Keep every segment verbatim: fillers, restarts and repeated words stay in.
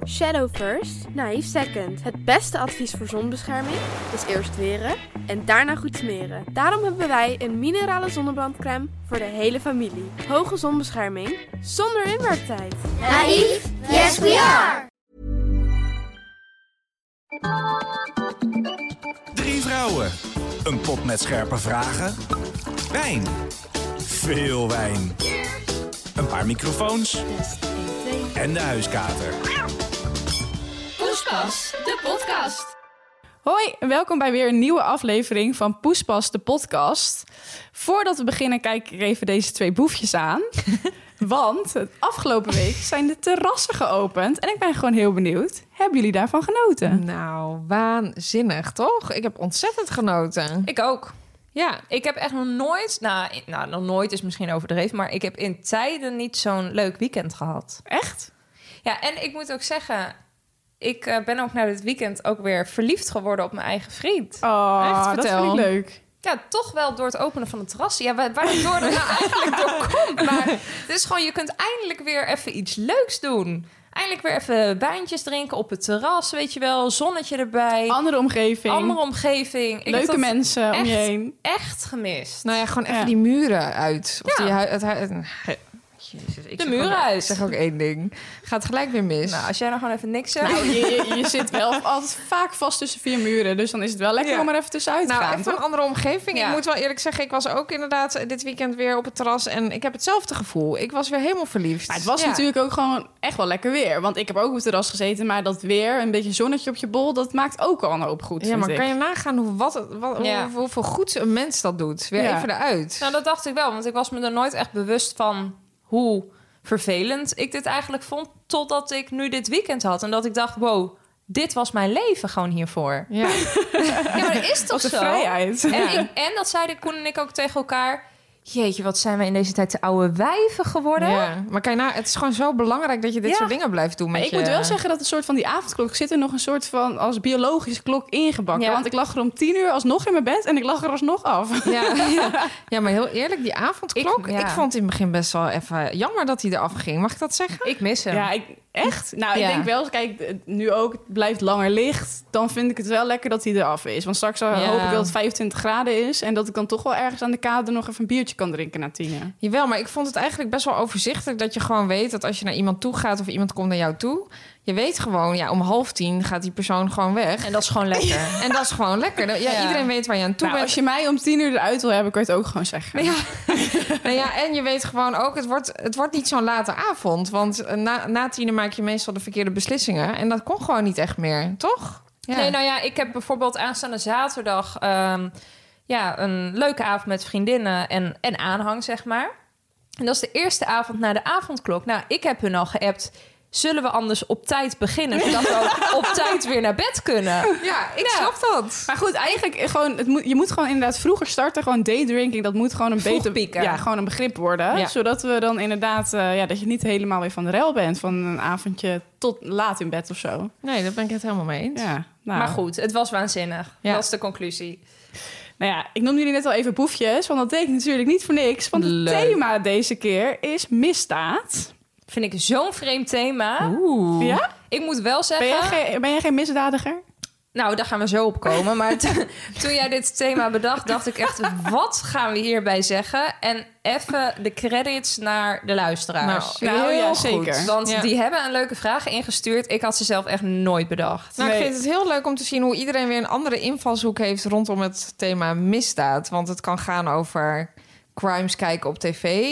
Shadow first, naïef second. Het beste advies voor zonbescherming is eerst weren en daarna goed smeren. Daarom hebben wij een minerale zonnebrandcrème voor de hele familie. Hoge zonbescherming zonder inwerktijd. Naïef? Yes we are! Drie vrouwen. Een pot met scherpe vragen. Wijn. Veel wijn. Een paar microfoons. En de huiskater. Poespas, de podcast. Hoi, welkom bij weer een nieuwe aflevering van Poespas, de podcast. Voordat we beginnen, kijk ik even deze twee boefjes aan. Want het afgelopen week zijn de terrassen geopend. En ik ben gewoon heel benieuwd. Hebben jullie daarvan genoten? Nou, waanzinnig, toch? Ik heb ontzettend genoten. Ik ook. Ja, ik heb echt nog nooit... Nou, nou, nog nooit is misschien overdreven... maar ik heb in tijden niet zo'n leuk weekend gehad. Echt? Ja, en ik moet ook zeggen... ik uh, ben ook na dit weekend ook weer verliefd geworden op mijn eigen vriend. Oh, Echt? dat Vertel. vind ik leuk. Ja, toch wel door het openen van het terras. Ja, waar, waar het door er nou eigenlijk door komt. Maar het is gewoon, je kunt eindelijk weer even iets leuks doen. Eindelijk weer even wijntjes drinken op het terras, weet je wel. Zonnetje erbij. Andere omgeving. Andere omgeving. Ik heb Leuke dat mensen om echt, je heen. echt gemist. Nou ja, gewoon even Ja. die muren uit. Of Ja. die hui- het, hui- het, Jezus, ik De zeg muren ook- uit. Ik zeg ook één ding. Gaat gelijk weer mis. Nou, als jij nou gewoon even niks zegt. Nou, je, je, je zit wel altijd vaak vast tussen vier muren. Dus dan is het wel lekker Ja. om er even tussenuit te Nou, gaan, even toch? een andere omgeving. Ja. Ik moet wel eerlijk zeggen, ik was ook inderdaad dit weekend weer op het terras. En ik heb hetzelfde gevoel. Ik was weer helemaal verliefd. Maar het was Ja. natuurlijk ook gewoon echt wel lekker weer. Want ik heb ook op het terras gezeten. Maar dat weer, een beetje zonnetje op je bol... dat maakt ook al een hoop goed, Ja, vind maar ik. kan je nagaan hoe, wat, het- wat, Ja. hoe, hoeveel goeds een mens dat doet? Weer Ja. even eruit. Nou, dat dacht ik wel. Want ik was me er nooit echt bewust van hoe vervelend ik dit eigenlijk vond. Totdat ik nu dit weekend had. En dat ik dacht, wow, dit was mijn leven gewoon hiervoor. Ja. Ja, maar dat is toch Wat een zo? vrijheid. En, ik, en dat zeiden Koen en ik ook tegen elkaar. Jeetje, wat zijn we in deze tijd de oude wijven geworden? Ja, maar kijk, nou, het is gewoon zo belangrijk dat je dit Ja. soort dingen blijft doen. Maar Met ik je... moet wel zeggen dat een soort van die avondklok zit er nog een soort van als biologische klok ingebakken. Ja. Want ik lag er om tien uur alsnog in mijn bed en ik lag er alsnog af. Ja, ja. ja, maar heel eerlijk, die avondklok. Ik- Ik, ja. vond in het begin best wel even jammer dat hij eraf ging. Mag ik dat zeggen? Ik mis hem. Ja, ik, echt? Nou, Ja. ik denk wel, kijk, het- nu ook, het blijft langer licht. Dan vind ik het wel lekker dat hij eraf is. Want straks Ja. hoop ik dat het vijfentwintig graden is. En dat ik dan toch wel ergens aan de kade nog even een biertje kan drinken na tien. Jawel, maar ik vond het eigenlijk best wel overzichtelijk dat je gewoon weet dat als je naar iemand toe gaat of iemand komt naar jou toe, je weet gewoon, ja, om half tien gaat die persoon gewoon weg. En dat is gewoon lekker. En dat is gewoon lekker. Ja, Ja. Iedereen weet waar je aan toe Nou, bent. als je mij om tien uur eruit wil hebben, kan je het ook gewoon zeggen. Ja. Nou ja, en je weet gewoon ook, het wordt, het wordt niet zo'n late avond. Want na, na tienen maak je meestal de verkeerde beslissingen. En dat kon gewoon niet echt meer, toch? Ja. Nee, nou ja, ik heb bijvoorbeeld aanstaande zaterdag ehm, ja, een leuke avond met vriendinnen en, en aanhang, zeg maar. En dat is de eerste avond na de avondklok. Nou, ik heb hun al geappt. Zullen we anders op tijd beginnen, zodat we ook op tijd weer naar bed kunnen? Ja, ik Ja. snap dat. Maar goed, eigenlijk gewoon, het moet, je moet gewoon inderdaad vroeger starten. Gewoon daydrinking, dat moet gewoon een Vroeg beter pieken. ja, gewoon een begrip worden. Ja. Zodat we dan inderdaad, uh, ja, dat je niet helemaal weer van de rel bent. Van een avondje tot laat in bed of zo. Nee, daar ben ik het helemaal mee eens. Ja, nou. Maar goed, het was waanzinnig. Ja. Dat is de conclusie. Nou ja, ik noemde jullie net al even boefjes. Want dat betekent natuurlijk niet voor niks. Want het Leuk. thema deze keer is misdaad. Vind ik zo'n vreemd thema. Oeh. Ja? Ik moet wel Ben zeggen... jij, geen, ben jij geen misdadiger? Nou, daar gaan we zo op komen. Maar t- toen jij dit thema bedacht, dacht ik echt... wat gaan we hierbij zeggen? En even de credits naar de luisteraars. Nou, Nou, heel ja, goed. zeker. Want Ja. die hebben een leuke vragen ingestuurd. Ik had ze zelf echt nooit bedacht. Nou, Nee. ik vind het heel leuk om te zien hoe iedereen weer een andere invalshoek heeft rondom het thema misdaad. Want het kan gaan over crimes kijken op tv,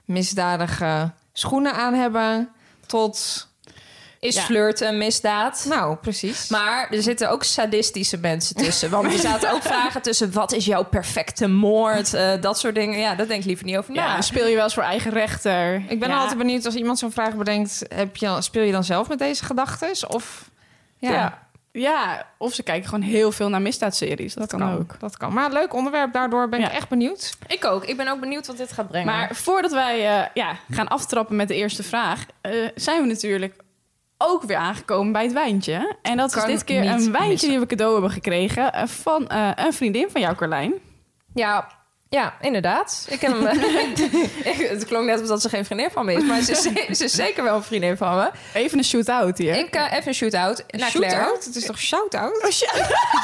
misdadige schoenen aan hebben, tot... Is Ja. flirten een misdaad? Nou, precies. Maar er zitten ook sadistische mensen tussen. Want er zaten ook vragen tussen... wat is jouw perfecte moord? Uh, dat soort dingen. Ja, daar denk ik liever niet over na. Ja, speel je wel eens voor eigen rechter? Ik ben Ja. altijd benieuwd als iemand zo'n vraag bedenkt, heb je, speel je dan zelf met deze gedachtes? Of ja, Ja. Ja, of ze kijken gewoon heel veel naar misdaadseries. Dat, kan, ook. Dat kan. Maar leuk onderwerp, daardoor ben ik Ja. echt benieuwd. Ik ook. Ik ben ook benieuwd wat dit gaat brengen. Maar voordat wij uh, ja, gaan aftrappen met de eerste vraag... Uh, zijn we natuurlijk ook weer aangekomen bij het wijntje. En dat Kan is dit keer niet een wijntje missen. die we cadeau hebben gekregen... Uh, van uh, een vriendin van jou, Carlijn. ja, Ja, inderdaad. Ik heb hem, ik, het klonk net alsof dat ze geen vriendin van me is, maar ze is, ze is zeker wel een vriendin van me. Even een shoot-out hier. Ik uh, even een shoot-out naar Claire. Shoot-out? Het is toch shout-out? Oh, sh-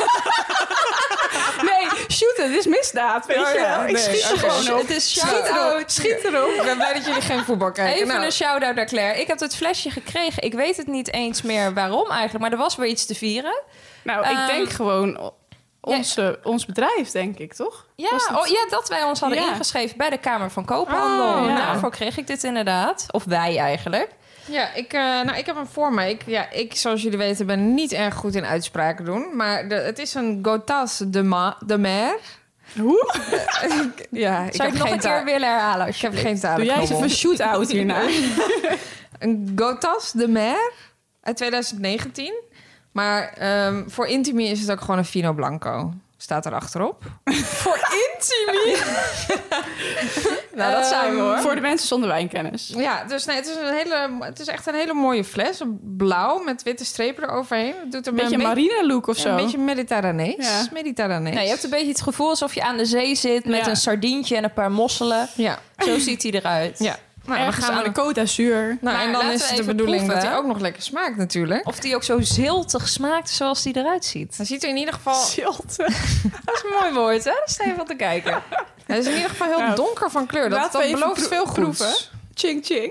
nee, shooten, dit is misdaad, weet Oh, je ja, wel. Ik nee, schiet er oké. gewoon op. Het is Schiet erop, shout-out. schiet erop. Ik ben blij dat jullie geen voetbal kijken. Even Nou, een shout-out naar Claire. Ik heb het flesje gekregen. Ik weet het niet eens meer waarom eigenlijk, maar er was weer iets te vieren. Nou, Um, ik denk gewoon onze, ons bedrijf, denk ik, toch? Ja, Was dat- oh, ja, dat wij ons hadden Ja. ingeschreven bij de Kamer van Koophandel. Oh, ja. Daarvoor kreeg ik dit inderdaad. Of wij eigenlijk. Ja, ik, uh, nou, ik heb hem voor me. Ik, ja, ik, zoals jullie weten, ben niet erg goed in uitspraken doen. Maar de, het is een Gotas de, ma, de Mer. Hoe? Ja, ik Zou heb je het nog geen een ta- keer willen herhalen? Ik heb alsjeblieft? geen Doe jij talenknobbel. eens even een shoot-out hierna? Een Gotas de Mer uit twintig negentien. Maar um, voor Intimi is het ook gewoon een Fino Blanco. Staat er achterop. Voor Intimi? Nou, dat zijn we hoor. Voor de mensen zonder wijnkennis. Ja, dus nee, het is, een hele, het is echt een hele mooie fles. Blauw met witte strepen eroverheen. Het doet er Een beetje een marine look of ja, zo. een beetje mediterranees. Ja. Mediterranees. Nou, je hebt een beetje het gevoel alsof je aan de zee zit met Ja. een sardientje en een paar mosselen. Ja, Zo ziet hij eruit. ja. Nou, Ergens dan gaan aan we de Côte d'Azur. Nou, Maar en dan laten is we het de even bedoeling proeven. dat hij ook nog lekker smaakt natuurlijk. Of die ook zo ziltig smaakt zoals die eruit ziet. Hij ziet er in ieder geval, Zilte. Dat is een mooi woord, hè? Dat is even wat te kijken. hij is in ieder geval heel Nou, donker van kleur. Dat, laten dat we even belooft pro- veel goeds. proeven. Ching ching.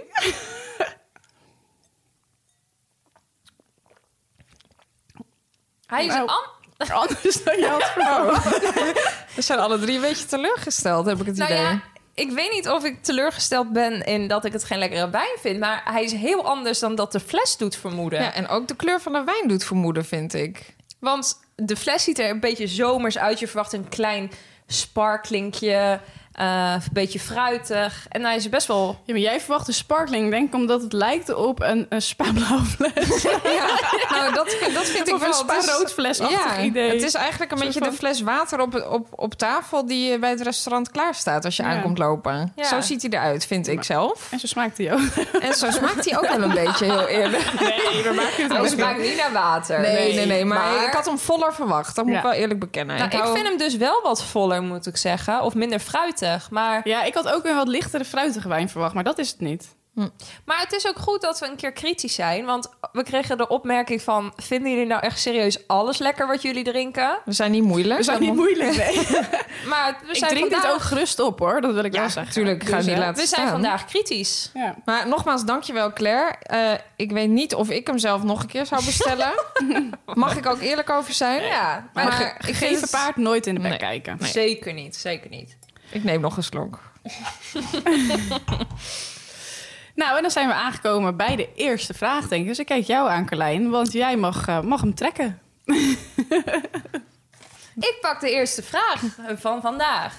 Hij is Nou. an- Anders dan je had verwacht. We zijn alle drie een beetje teleurgesteld, heb ik het Nou idee. ja, ik weet niet of ik teleurgesteld ben in dat ik het geen lekkere wijn vind. Maar hij is heel anders dan dat de fles doet vermoeden. Ja, en ook de kleur van de wijn doet vermoeden, vind ik. Want de fles ziet er een beetje zomers uit. Je verwacht een klein sparklinkje. eh, een beetje fruitig. En hij is best wel... Ja, maar jij verwacht een sparkling, denk ik, omdat het lijkt op een, een spa-blauw fles. Ja, nou, dat vind, dat vind ik Of wel. een Het is- spa-rood flesachtig ja, idee. Het is eigenlijk een Zo beetje van- de fles water op, op, op tafel die bij het restaurant klaar staat als je Ja. aankomt lopen. Ja. Zo ziet hij eruit, vind ik zelf. En zo smaakt hij ook. En zo smaakt hij ook wel een beetje, heel eerlijk. Nee, we maken het Hij ook smaakt niet naar water. Nee, nee, nee, maar, maar- ik had hem voller verwacht. Dat moet Ja. ik wel eerlijk bekennen. Nou, ik hou- vind hem dus wel wat voller, moet ik zeggen. Of minder fruitig. Maar, Ja, ik had ook een wat lichtere fruitige wijn verwacht, maar dat is het niet. maar het is ook goed dat we een keer kritisch zijn. Want we kregen de opmerking van... vinden jullie nou echt serieus alles lekker wat jullie drinken? We zijn niet moeilijk. We zijn niet moeilijk, nee. Maar we Ik zijn drink vandaag... dit ook gerust op, hoor. Dat wil ik Ja, wel zeggen. tuurlijk, ik ga Dus, niet eh, laten We zijn staan. vandaag kritisch. Ja. Maar nogmaals, dankjewel Claire. Uh, ik weet niet of ik hem zelf nog een keer zou bestellen. Mag ik ook eerlijk over zijn? Ja, Maar, maar, ge- Ik vind geef het- een paard nooit in de bek Nee. kijken. Nee. zeker niet, zeker niet. Ik neem nog een slok. Nou, en dan zijn we aangekomen bij de eerste vraag, denk ik. Dus ik kijk jou aan, Carlijn, want jij mag, uh, mag hem trekken. Ik pak de eerste vraag van vandaag.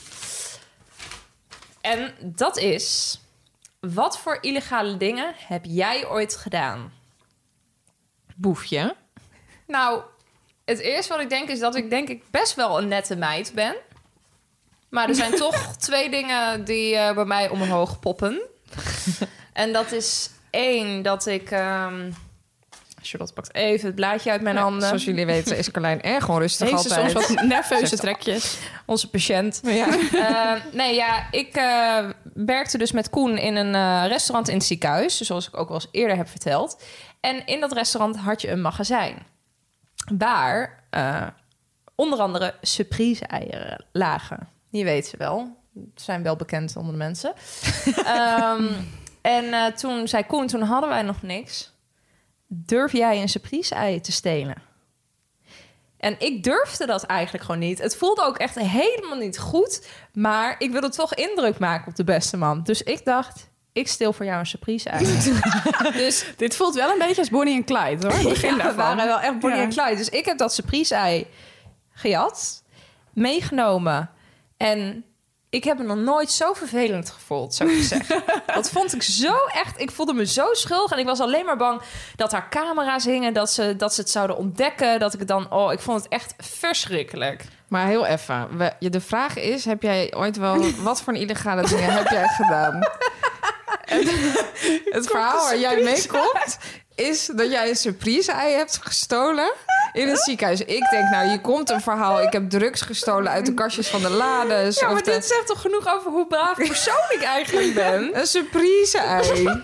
En dat is... wat voor illegale dingen heb jij ooit gedaan? Boefje. Nou, het eerste wat ik denk is dat ik denk ik best wel een nette meid ben. Maar er zijn toch twee dingen die uh, bij mij omhoog poppen. En dat is één, dat ik... Um... Charlotte pakt even het blaadje uit mijn Ja, handen. zoals jullie weten is Carlijn erg onrustig Heeft ze altijd. soms wat nerveuze Zegt- trekjes. Onze patiënt. Ja. Uh, nee, ja, ik uh, werkte dus met Koen in een uh, restaurant in het ziekenhuis. Zoals ik ook wel eens eerder heb verteld. En in dat restaurant had je een magazijn. Waar uh, onder andere surprise-eieren lagen. Die weten ze wel. Zijn wel bekend onder de mensen. um, en uh, toen zei Koen, toen hadden wij nog niks. Durf jij een surprise-ei te stelen? En ik durfde dat eigenlijk gewoon niet. Het voelde ook echt helemaal niet goed. Maar ik wilde toch indruk maken op de beste man. Dus ik dacht, ik steel voor jou een surprise-ei. Dus Dit voelt wel een beetje als Bonnie en Clyde, hoor. Begin ja, we daarvan. waren wel echt Bonnie Ja. en Clyde. Dus ik heb dat surprise-ei gejat, meegenomen. En ik heb me nog nooit zo vervelend gevoeld, zou ik zeggen. Dat vond ik zo echt... Ik voelde me zo schuldig. En ik was alleen maar bang dat haar camera's hingen. Dat ze, dat ze het zouden ontdekken. Dat ik het dan... Oh, ik vond het echt verschrikkelijk. Maar heel even. We, je- de vraag is, heb jij ooit wel... Wat voor een illegale dingen heb jij gedaan? Het, het verhaal waar jij mee komt... is dat jij een surprise-ei hebt gestolen... in een ziekenhuis. Ik denk, nou, hier komt een verhaal. Ik heb drugs gestolen uit de kastjes van de lades. Ja, Of maar de- dit zegt toch genoeg over hoe braaf persoon ik eigenlijk ben? Een surprise-ei.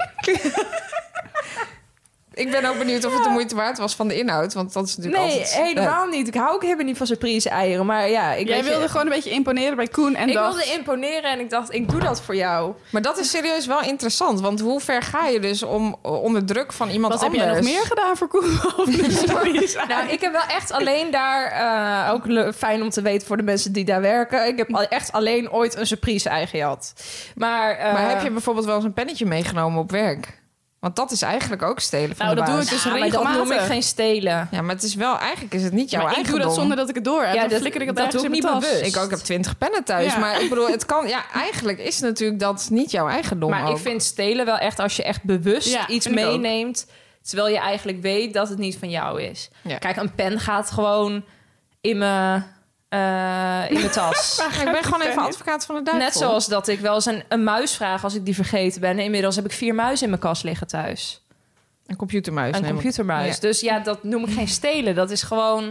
Ik ben ook benieuwd of het de moeite waard was van de inhoud. Want dat is natuurlijk Nee, altijd... helemaal niet. Ik hou ook helemaal niet van surprise eieren. Maar ja, ik Jij weet je- wilde gewoon een beetje imponeren bij Koen en Ik dacht... wilde imponeren en ik dacht, ik doe dat voor jou. Maar dat is serieus wel interessant. Want hoe ver ga je dus om onder druk van iemand Wat heb anders? jij nog meer gedaan voor Koen? Of de surprise? Nou, ik heb wel echt alleen daar... eh, ook le- fijn om te weten voor de mensen die daar werken. Ik heb al- echt alleen ooit een surprise ei gehad. Maar, eh, Maar heb je bijvoorbeeld wel eens een pennetje meegenomen op werk? Want dat is eigenlijk ook stelen van Nou, de dat doe baas. ik dus ja, maar dat regelmatig. noem ik geen stelen. Ja, maar het is wel... Eigenlijk is het niet jouw Maar ik eigendom. doe dat zonder dat ik het door heb. Ja, Dan dat- flikker ik het dat ergens doe in ik mijn niet tas. bewust. Ik ook heb twintig pennen thuis. Ja. Maar ik bedoel, het kan... Ja, eigenlijk is natuurlijk dat niet jouw eigendom Maar ook. ik vind stelen wel echt als je echt bewust Ja, iets vind ik ook. meeneemt... terwijl je eigenlijk weet dat het niet van jou is. Ja. Kijk, een pen gaat gewoon in mijn, eh, in mijn tas. Ja, ik ben gewoon even advocaat van de duivel. Net zoals dat ik wel eens een, een muis vraag als ik die vergeten ben. Inmiddels heb ik vier muizen in mijn kast liggen thuis. Een computermuis. Een neem ik. computermuis. Ja. Dus ja, dat noem ik geen stelen. Dat is gewoon...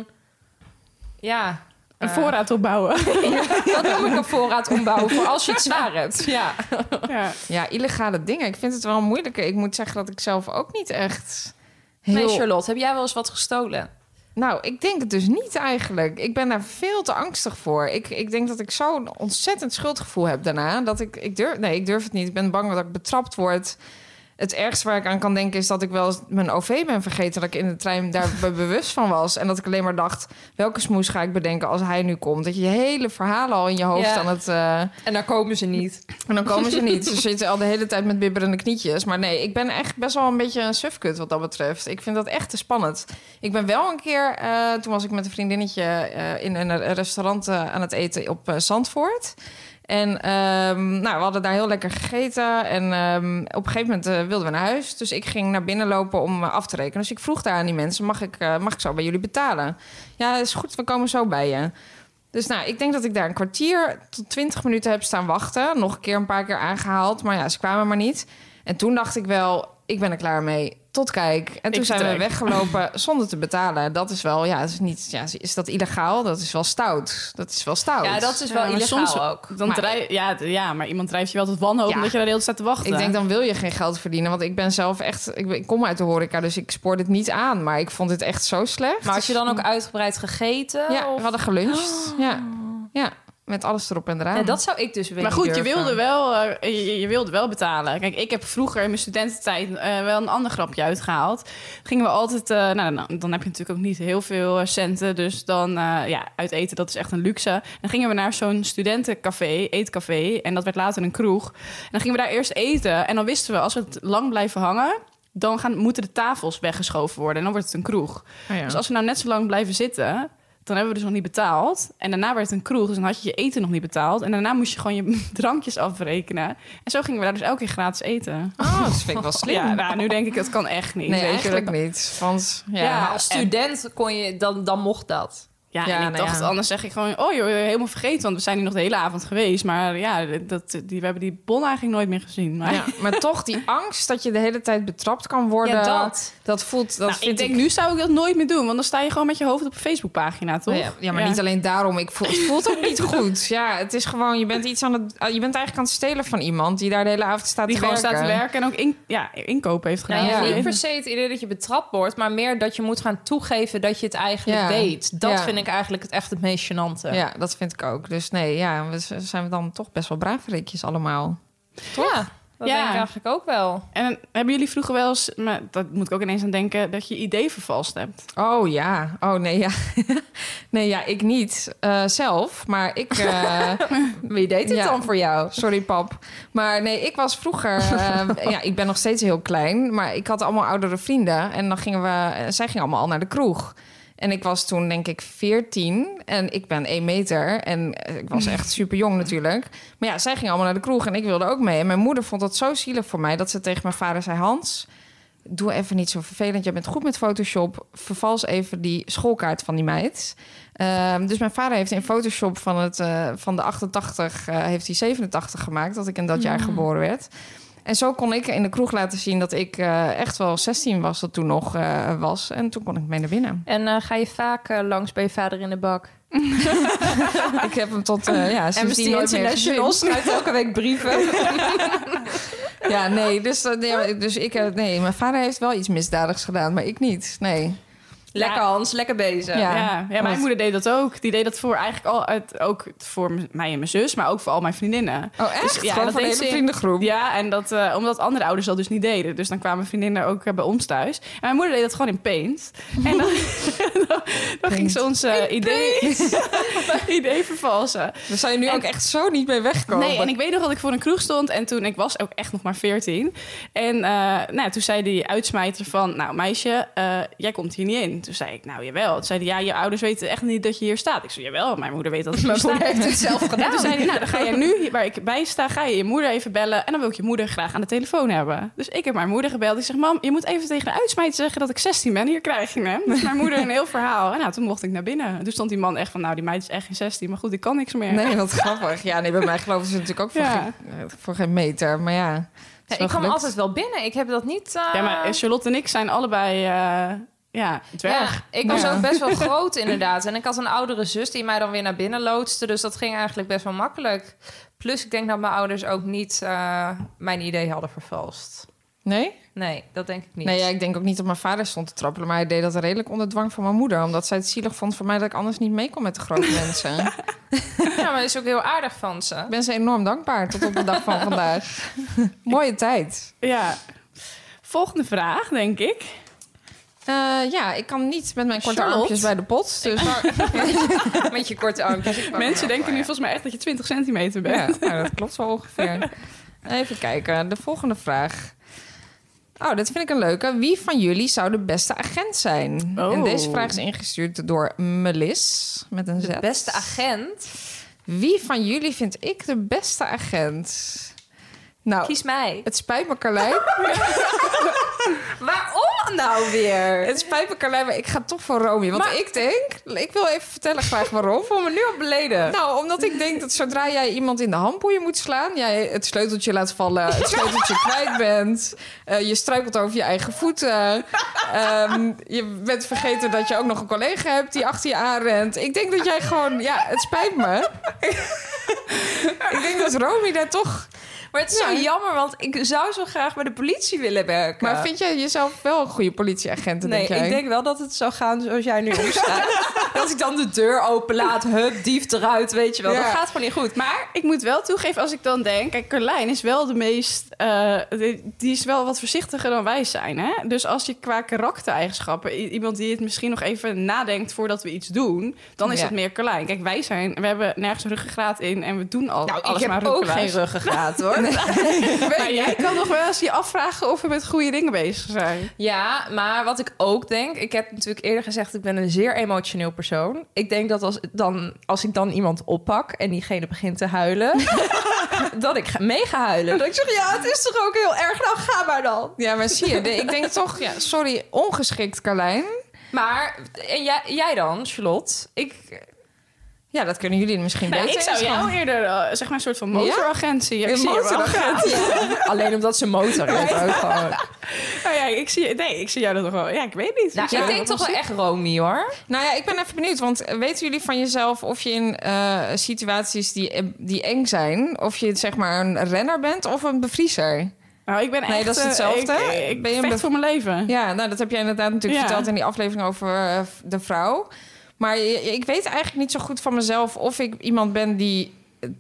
Ja... Een eh, voorraad opbouwen. dat noem ik een voorraad ombouwen voor als je het zwaar hebt. Ja. Ja. Ja, illegale dingen. Ik vind het wel moeilijker. Ik moet zeggen dat ik zelf ook niet echt... Heel... Nee, Charlotte, heb jij wel eens wat gestolen? Nou, ik denk het dus niet eigenlijk. Ik ben daar veel te angstig voor. Ik, ik denk dat ik zo'n ontzettend schuldgevoel heb daarna. Dat ik, ik durf... Nee, ik durf het niet. Ik ben bang dat ik betrapt word. Het ergste waar ik aan kan denken is dat ik wel eens mijn O V ben vergeten. Dat ik in de trein daar be- bewust van was. En dat ik alleen maar dacht, welke smoes ga ik bedenken als hij nu komt? Dat je je hele verhalen al in je hoofd Ja. aan het... uh, En daar komen ze niet. En dan komen ze niet. Ze zitten al de hele tijd met bibberende knietjes. Maar nee, ik ben echt best wel een beetje een sufkut wat dat betreft. Ik vind dat echt te spannend. Ik ben wel een keer, uh, toen was ik met een vriendinnetje uh, in een restaurant uh, aan het eten op uh, Zandvoort. En um, nou, we hadden daar heel lekker gegeten. En um, op een gegeven moment uh, wilden we naar huis. Dus ik ging naar binnen lopen om uh, af te rekenen. Dus ik vroeg daar aan die mensen, mag ik, uh, mag ik zo bij jullie betalen? Ja, is goed, we komen zo bij je. Dus nou, ik denk dat ik daar een kwartier tot twintig minuten heb staan wachten. Nog een keer een paar keer aangehaald. Maar ja, ze kwamen maar niet. En toen dacht ik wel, ik ben er klaar mee. Tot kijk. En toen Ik zijn vertrek. we weggelopen zonder te betalen. Dat is wel, ja, is, niet, ja, is dat illegaal? Dat is wel stout. Dat is wel stout. Ja, dat is wel Ja, maar illegaal soms ook. Dan Maar- drijf, ja, d- ja, maar iemand drijft je wel tot wanhoop... Ja. omdat je daar de hele tijd staat te wachten. Ik denk, dan wil je geen geld verdienen. Want ik ben zelf echt... Ik, ben- ik kom uit de horeca, dus ik spoor dit niet aan. Maar ik vond dit echt zo slecht. Maar had je dan ook uitgebreid gegeten? Ja, of- we hadden geluncht. Ja. ja, met alles erop en eraan. Ja, dat zou ik dus weer Maar niet goed, je durven. wilde, wel, eh, je, je wilde wel betalen. Kijk, ik heb vroeger in mijn studententijd eh, wel een ander grapje uitgehaald. Gingen we altijd... eh, nou, dan, dan heb je natuurlijk ook niet heel veel eh, centen. Dus dan, eh, ja, uit eten, dat is echt een luxe. Dan gingen we naar zo'n studentencafé, eetcafé. En dat werd later een kroeg. En dan gingen we daar eerst eten. En dan wisten we, als we het lang blijven hangen... dan gaan, moeten de tafels weggeschoven worden. En dan wordt het een kroeg. Oh ja. Dus als we nou net zo lang blijven zitten... dan hebben we dus nog niet betaald. En daarna werd het een kroeg, dus dan had je je eten nog niet betaald. En daarna moest je gewoon je drankjes afrekenen. En zo gingen we daar dus elke keer gratis eten. Oh, dat vind ik wel slim. Ja, nou, nu denk ik, dat kan echt niet. nee, weet je. eigenlijk niet. Want ja, Ja, Maar als student kon je, dan, dan mocht dat. Ja, Ja, en ik nou dacht, ja. anders zeg ik gewoon... oh joh, helemaal vergeten, want we zijn hier nog de hele avond geweest. Maar ja, dat, die, we hebben die bon eigenlijk nooit meer gezien. Maar ja, maar toch die angst dat je de hele tijd betrapt kan worden. Ja, dat. dat voelt. Dat nou, vind ik denk, nu zou ik dat nooit meer doen. Want dan sta je gewoon met je hoofd op een Facebookpagina, toch? Nou ja, ja, maar niet alleen daarom. Ik voel, het voelt ook niet goed. Ja, het is gewoon, je bent iets aan het. Je bent eigenlijk aan het stelen van iemand die daar de hele avond staat Die te gewoon werken. staat te werken en ook in, ja, inkopen heeft gedaan. Nou, ja, Ja. niet per se het idee dat je betrapt wordt, maar meer dat je moet gaan toegeven dat je het eigenlijk Ja. weet. Dat Ja. vind ik eigenlijk het echt het meest gênante. Ja, dat vind ik ook. Dus nee, ja, we z- zijn we dan toch best wel braverikjes allemaal. Ja, dat Ja. denk ik eigenlijk ook wel. En hebben jullie vroeger wel eens, maar dat moet ik ook ineens aan denken, dat je idee vervalst hebt? Oh ja, oh nee, ja. nee, ja, ik niet eh, zelf, maar ik. eh, Wie deed het Ja. dan voor jou? Sorry, pap. Maar nee, ik was vroeger... eh, ja, ik ben nog steeds heel klein. Maar ik had allemaal oudere vrienden. En dan gingen we... eh, zij gingen allemaal al naar de kroeg. En ik was toen, denk ik, veertien. En ik ben één meter. En eh, ik was echt super jong natuurlijk. Maar ja, zij gingen allemaal naar de kroeg. En ik wilde ook mee. En mijn moeder vond dat zo zielig voor mij... dat ze tegen mijn vader zei... Hans, doe even niet zo vervelend. Je bent goed met Photoshop. Vervals even die schoolkaart van die meid. Ehm, dus mijn vader heeft in Photoshop van, het, eh, van de achtentachtig... eh, heeft hij zevenentachtig gemaakt... dat ik in dat jaar geboren werd. En zo kon ik in de kroeg laten zien dat ik uh, echt wel zestien was, dat toen nog uh, was. En toen kon ik mee naar binnen. En uh, ga je vaak uh, langs bij je vader in de bak? Ik heb hem tot uh, ja, sindsdien nooit meer gezien. Schrijft elke week brieven. Ja, nee, dus, uh, nee, dus ik, uh, nee, mijn vader heeft wel iets misdadigs gedaan, maar ik niet. Nee. Lekker Hans, lekker bezig. Ja, ja, ja mijn moeder deed dat ook. Die deed dat voor eigenlijk al uit, ook voor mij en mijn zus, maar ook voor al mijn vriendinnen. Oh, echt? Dus, ja, Gewoon dat van de hele vriendengroep? Ja, en dat uh, omdat andere ouders dat dus niet deden. Dus dan kwamen vriendinnen ook uh, bij ons thuis. En mijn moeder deed dat gewoon in Paint. En dan, dan, dan ging ze ons uh, idee, idee vervalsen. Daar zou je nu en, ook echt zo niet mee wegkomen. Nee, en ik weet nog dat ik voor een kroeg stond en toen, ik was ook echt nog maar veertien. En uh, nou, toen zei die uitsmijter van, nou meisje, uh, jij komt hier niet in. Toen zei ik, nou jawel. Toen zei hij, ja, je ouders weten echt niet dat je hier staat. Ik zei, jawel, mijn moeder weet dat ik hier sta. Mijn moeder heeft het zelf gedaan. En toen zei hij, nou, dan ga je nu, waar ik bij sta, ga je je moeder even bellen. En dan wil ik je moeder graag aan de telefoon hebben. Dus ik heb mijn moeder gebeld. Ik zeg, mam, je moet even tegen de uitsmijter zeggen dat ik zestien ben. Hier krijg je hem. Dus mijn moeder een heel verhaal. En nou, toen mocht ik naar binnen. Toen stond die man echt van, nou, die meid is echt geen zestien. Maar goed, ik kan niks meer. Nee, wat grappig. Ja, nee, bij mij geloven ze natuurlijk ook voor, ja. geen, voor geen meter. Maar ja, ja ik kwam altijd wel binnen. Ik heb dat niet... Uh... Ja, maar Charlotte en ik zijn allebei... Uh, Ja, dwerg. Ja, ik was ja. ook best wel groot inderdaad. En ik had een oudere zus die mij dan weer naar binnen loodste. Dus dat ging eigenlijk best wel makkelijk. Plus ik denk dat mijn ouders ook niet uh, mijn idee hadden vervalst. Nee? Nee, dat denk ik niet. Nee, ja, ik denk ook niet dat mijn vader stond te trappelen. Maar hij deed dat redelijk onder dwang van mijn moeder. Omdat zij het zielig vond voor mij dat ik anders niet mee kon met de grote mensen. Ja, maar dat is ook heel aardig van ze. Ik ben ze enorm dankbaar tot op de dag van vandaag. Mooie tijd. Ja. Volgende vraag, denk ik. Uh, ja, ik kan niet met mijn korte Charlotte. armpjes bij de pot. Dus... met je korte armpjes. Mensen denken nu volgens mij echt dat je twintig centimeter bent. Ja, nou, dat klopt wel ongeveer. Even kijken, de volgende vraag. Oh, dat vind ik een leuke. Wie van jullie zou de beste agent zijn? Oh. En deze vraag is ingestuurd door Melis, met een Z. De beste agent? Wie van jullie vind ik de beste agent? Nou, kies mij. Het spijt me, Carlijn. Waarom nou weer? Het spijt me, Carlijn, maar ik ga toch voor Romy. Want maar... ik denk... Ik wil even vertellen graag waarom. Ik voel me nu op beleden. Nou, omdat ik denk dat zodra jij iemand in de handboeien moet slaan... jij het sleuteltje laat vallen, het sleuteltje kwijt bent... Uh, je struikelt over je eigen voeten... Um, je bent vergeten dat je ook nog een collega hebt die achter je aanrent. Ik denk dat jij gewoon... Ja, het spijt me. Ik denk dat Romy daar toch... Maar het is ja. zo jammer, want ik zou zo graag bij de politie willen werken. Maar vind jij jezelf wel een goede politieagent? Nee, denk jij? Ik denk wel dat het zou gaan zoals jij nu omschrijft. Dat ik dan de deur openlaat, hup, dief eruit, weet je wel. Ja. Dat gaat gewoon niet goed. Maar ik moet wel toegeven, als ik dan denk... Kijk, Carlijn is wel de meest... Uh, die, die is wel wat voorzichtiger dan wij zijn, hè? Dus als je qua karaktereigenschappen... iemand die het misschien nog even nadenkt voordat we iets doen... dan is ja. dat meer Carlijn. Kijk, wij zijn... We hebben nergens ruggengraat in en we doen al nou, alles ik maar heb ook geen ruggengraat, hoor. Nee. Maar jij kan nog wel eens je afvragen of we met goede dingen bezig zijn. Ja, maar wat ik ook denk... Ik heb natuurlijk eerder gezegd, ik ben een zeer emotioneel persoon. Ik denk dat als, dan, als ik dan iemand oppak en diegene begint te huilen... dat ik mee ga huilen. Dat ik zeg, ja, het is toch ook heel erg, nou ga maar dan. Ja, maar zie je, ik denk toch... Ja, sorry, ongeschikt, Carlijn. Maar, en jij, jij dan, Charlotte? Ik... Ja, dat kunnen jullie misschien nee, beter. Ik zou jou eerder, uh, zeg maar, een soort van motoragentie. Ja? Een motoragent. Ja. Alleen omdat ze motor heeft ook gewoon. Nou ja, ik zie, nee, ik zie jou dat nog wel. Ja, ik weet niet. Nou, ik, ik denk toch wel echt Romy, hoor. Nou ja, ik ben even benieuwd. Want weten jullie van jezelf of je in uh, situaties die, die eng zijn... of je zeg maar een renner bent of een bevriezer? Nou, ik ben echt... Nee, dat is hetzelfde. Ik, ik ben je vecht bev- voor mijn leven. Ja, nou, dat heb jij inderdaad natuurlijk ja. verteld in die aflevering over uh, de vrouw... Maar ik weet eigenlijk niet zo goed van mezelf of ik iemand ben die...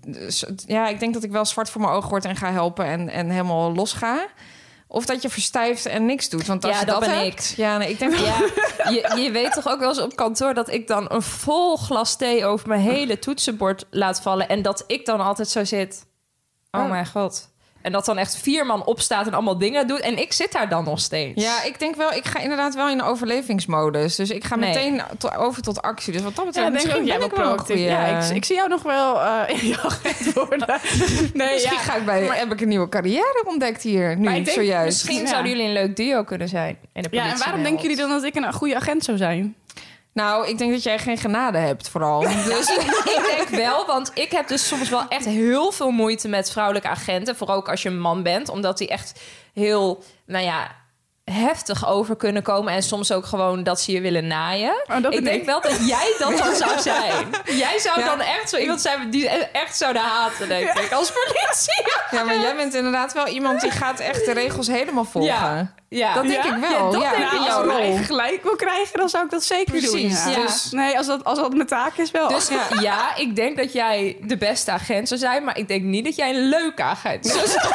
Ja, ik denk dat ik wel zwart voor mijn ogen word en ga helpen en, en helemaal los ga. Of dat je verstijft en niks doet. Want als ja, je dat, dat ben hebt, ik. Ja, nee, ik denk... Ja, je, je weet toch ook wel eens op kantoor... dat ik dan een vol glas thee over mijn hele toetsenbord laat vallen... en dat ik dan altijd zo zit... Oh, oh. mijn god... En dat dan echt vier man opstaat en allemaal dingen doet. En ik zit daar dan nog steeds. Ja, ik denk wel... Ik ga inderdaad wel in overlevingsmodus. Dus ik ga nee. meteen to- over tot actie. Dus wat dat betreft... Ja, denk ik ook, jij wel proactief. Goeie... Ja, ik, ik zie jou nog wel uh, in je agent worden. Nee, misschien ja. ga ik bij... Maar, heb ik een nieuwe carrière ontdekt hier. Nu, denk, zojuist. Misschien ja. zouden jullie een leuk duo kunnen zijn. In de ja, en waarom denken jullie dan dat ik een goede agent zou zijn? Nou, ik denk dat jij geen genade hebt, vooral. Dus Ik denk wel, want ik heb dus soms wel echt heel veel moeite met vrouwelijke agenten. Vooral ook als je een man bent. Omdat die echt heel, nou ja, heftig over kunnen komen. En soms ook gewoon dat ze je willen naaien. Oh, dat ik denk ik. wel dat jij dat dan zou zijn. Jij zou Ja. dan echt zo iemand zijn die echt zouden haten, denk ik. Als politie. ja, maar jij bent inderdaad wel iemand die gaat echt de regels helemaal volgen. Ja. Ja. Dat denk Ja? ik wel. Ja, dat Ja, denk ik in Nou, jouw als ik mijn rol. eigen gelijk wil krijgen, dan zou ik dat zeker doen. Precies, Ja. ja. Dus, nee, als dat, als dat mijn taak is wel. Dus ja. ja, ik denk dat jij de beste agent zou zijn. Maar ik denk niet dat jij een leuke agent zou zijn.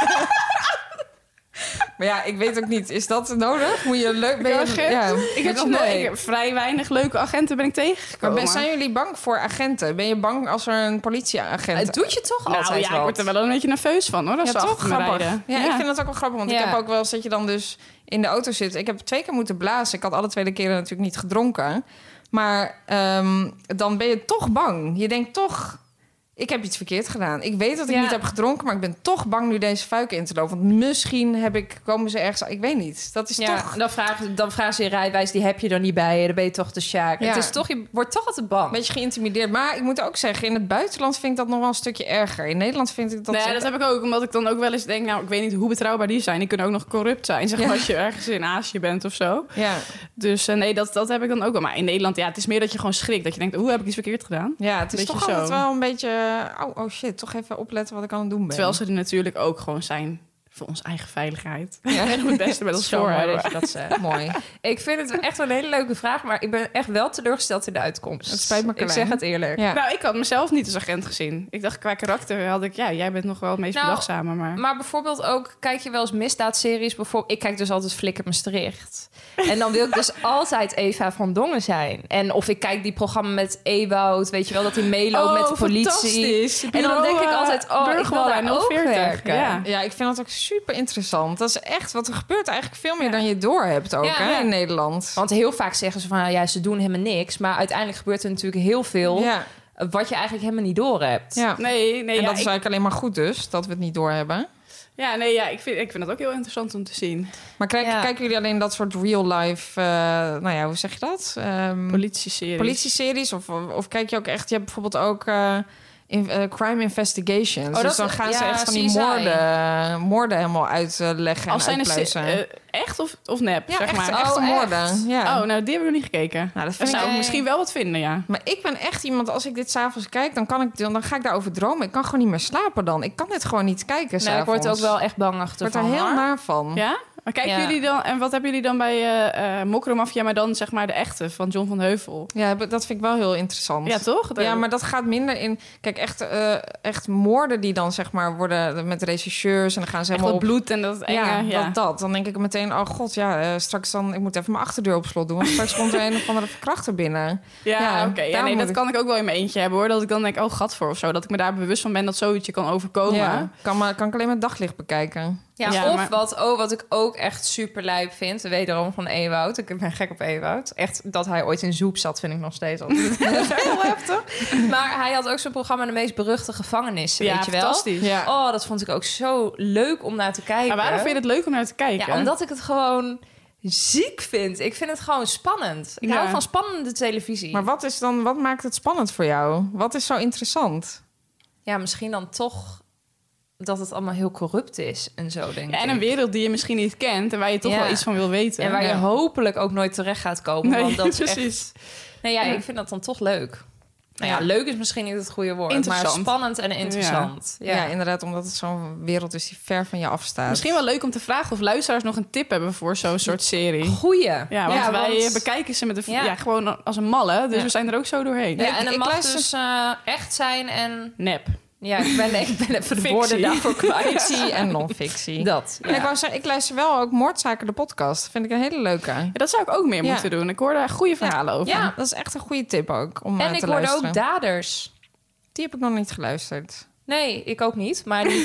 Maar ja, ik weet ook niet. Is dat nodig? Moet je leuk... Ben je, Agent? ja. ik heb nog Nee. nooit- ik heb vrij weinig leuke agenten ben ik Maar tegengekomen. ben, zijn jullie bang voor agenten? Ben je bang als er een politieagent... Het doet je toch nou altijd ja, wel. ik word er wel een beetje nerveus van, hoor. Als Ja, ze toch achter me grappig. rijden. Ja, ik vind dat ook wel grappig. Want Ja. ik heb ook wel eens dat je dan dus in de auto zit. Ik heb twee keer moeten blazen. Ik had alle twee de keren natuurlijk niet gedronken. Maar ehm, dan ben je toch bang. Je denkt toch... Ik heb iets verkeerd gedaan. Ik weet dat ik Ja. niet heb gedronken, maar ik ben toch bang nu deze fuik in te lopen. Want misschien heb ik, komen ze ergens... Ik weet niet. Dat is Ja, toch dan vragen, dan vragen ze je rijbewijs, die heb je er niet bij. Dan ben je toch de sjaak. Ja. Het is toch, je wordt toch altijd bang. een beetje geïntimideerd. Maar ik moet ook zeggen, in het buitenland vind ik dat nog wel een stukje erger. In Nederland vind ik dat... Nee, dat heb ik ook, omdat ik dan ook wel eens denk... nou, ik weet niet hoe betrouwbaar die zijn. Die kunnen ook nog corrupt zijn, zeg maar, Ja. als je ergens in Azië bent of zo. Ja, Dus eh, nee, dat, dat heb ik dan ook wel. Maar in Nederland, ja, het is meer dat je gewoon schrikt. Dat je denkt, hoe heb ik iets verkeerd gedaan? ja het is Beetje toch zo. altijd wel een beetje... Oh, oh shit, toch even opletten wat ik aan het doen ben. Terwijl ze er natuurlijk ook gewoon zijn voor onze eigen veiligheid. Ja. En het beste met ons Zo voor mooi hebben. dat je dat zegt. Mooi. Ik vind het echt wel een hele leuke vraag, maar ik ben echt wel teleurgesteld in de uitkomst. Het spijt me, Ik Carlijn. zeg het eerlijk. Ja. Nou, ik had mezelf niet als agent gezien. Ik dacht, qua karakter had ik... Ja, jij bent nog wel het meest Nou, bedachtzame, maar... Maar bijvoorbeeld ook, kijk je wel eens misdaadseries? Bijvoorbeeld, ik kijk dus altijd Flikker Maastricht. En dan wil ik dus altijd Eva van Dongen zijn. En of ik kijk die programma met Ewout, weet je wel, dat hij meeloopt met de politie. fantastisch. En dan denk ik altijd, oh, ik wil daar nul ook veertig. werken. Ja. Ja, ik vind dat ook super interessant. Dat is echt, wat er gebeurt eigenlijk veel meer dan je door hebt ook Ja. hè, in Nederland. Want heel vaak zeggen ze van, nou ja, ze doen helemaal niks. Maar uiteindelijk gebeurt er natuurlijk heel veel Ja, wat je eigenlijk helemaal niet door hebt. ja. Nee, nee, en ja, dat is ik, eigenlijk alleen maar goed dus, dat we het niet door hebben. ja, nee, ja, ik vind, ik vind het ook heel interessant om te zien. Maar kijk, Ja. kijken jullie alleen dat soort real-life, uh, nou ja, hoe zeg je dat? Um, Politie-series. Politieseries? Of, of kijk je ook echt, je hebt bijvoorbeeld ook uh, in, uh, crime investigations. Oh, dus dat- dan gaan ze ja, echt van die C S I. moorden, moorden helemaal uitleggen Als en zijn er uitpluizen. uh, echt of, of nep, ja, zeg echt, maar. echte Oh, moorden. echt? Ja. Oh, nou, die heb ik nog niet gekeken. Nou, dat Daar vind ik zou ik Nee. misschien wel wat vinden, ja. Maar ik ben echt iemand, als ik dit s'avonds kijk, dan, kan ik, dan ga ik daarover dromen. Ik kan gewoon niet meer slapen dan. Ik kan dit gewoon niet kijken Nou, ik word s'avonds. ook wel echt bangachtig Ik word van. er heel hoor. naar van. Ja? Maar kijken Ja. jullie dan... En wat hebben jullie dan bij uh, uh, Mokromafia, maar dan zeg maar de echte van John van Heuvel? Ja, dat vind ik wel heel interessant. Ja, toch? Ja, maar dat gaat minder in... Kijk, echt, uh, echt moorden die dan zeg maar worden met rechercheurs... en dan gaan ze echt helemaal dat op... bloed en dat enge. Ja, Ja, Dat, dat. Dan denk ik meteen, oh god, ja, uh, straks dan... Ik moet even mijn achterdeur op slot doen... want straks komt er een of andere verkrachter binnen. Ja, Ja, oké. Ja, daarom nee, moet dat ik- kan ik ook wel in mijn eentje hebben, hoor. Dat ik dan denk, oh, gat voor of zo. Dat ik me daar bewust van ben dat zoiets je kan overkomen. Ja, kan, maar, kan ik alleen met daglicht bekijken. Ja, Ja, of maar- wat, oh, wat ik ook echt super lijp vind, wederom van Ewout. Ik ben gek op Ewout. Echt, dat hij ooit in Zoep zat, vind ik nog steeds altijd heel heftig. Maar hij had ook zo'n programma De Meest Beruchte Gevangenissen, Ja, weet je wel? fantastisch. Ja. Oh, dat vond ik ook zo leuk om naar te kijken. Maar waarom vind je het leuk om naar te kijken? Ja, omdat ik het gewoon ziek vind. Ik vind het gewoon spannend. Ik Ja. hou van spannende televisie. Maar wat is dan, wat maakt het spannend voor jou? Wat is zo interessant? Ja, misschien dan toch dat het allemaal heel corrupt is en zo, denk Ja, en ik. een wereld die je misschien niet kent en waar je toch Ja. wel iets van wil weten. En waar je Ja. hopelijk ook nooit terecht gaat komen. Nee, want dat is precies. echt... Nee, ja, Ja. ik vind dat dan toch leuk. Nou ja, Ja. leuk is misschien niet het goede woord. Maar Interessant. spannend en interessant. Ja. Ja, inderdaad, omdat het zo'n wereld is die ver van je afstaat. Misschien wel leuk om te vragen of luisteraars nog een tip hebben voor zo'n soort serie. Goeie. Ja, want wij want- bekijken ze met de, ja. Ja. gewoon als een malle. Dus Ja. we zijn er ook zo doorheen. Ja, Ik- en het ik mag luister- dus eh, echt zijn en... Nep. Ja, ik ben, ik ben even de Fictie. woorden daarvoor kwijt. Fictie en non-fictie. Dat, En ik wou zeggen, ik luister wel ook Moordzaken, de podcast. Vind ik een hele leuke. Ja, dat zou ik ook meer Ja. moeten doen. Ik hoor daar goede verhalen over. Ja. Dat is echt een goede tip ook om eh, En te ik hoorde luisteren. ook daders. Die heb ik nog niet geluisterd. Nee, ik ook niet. Maar die,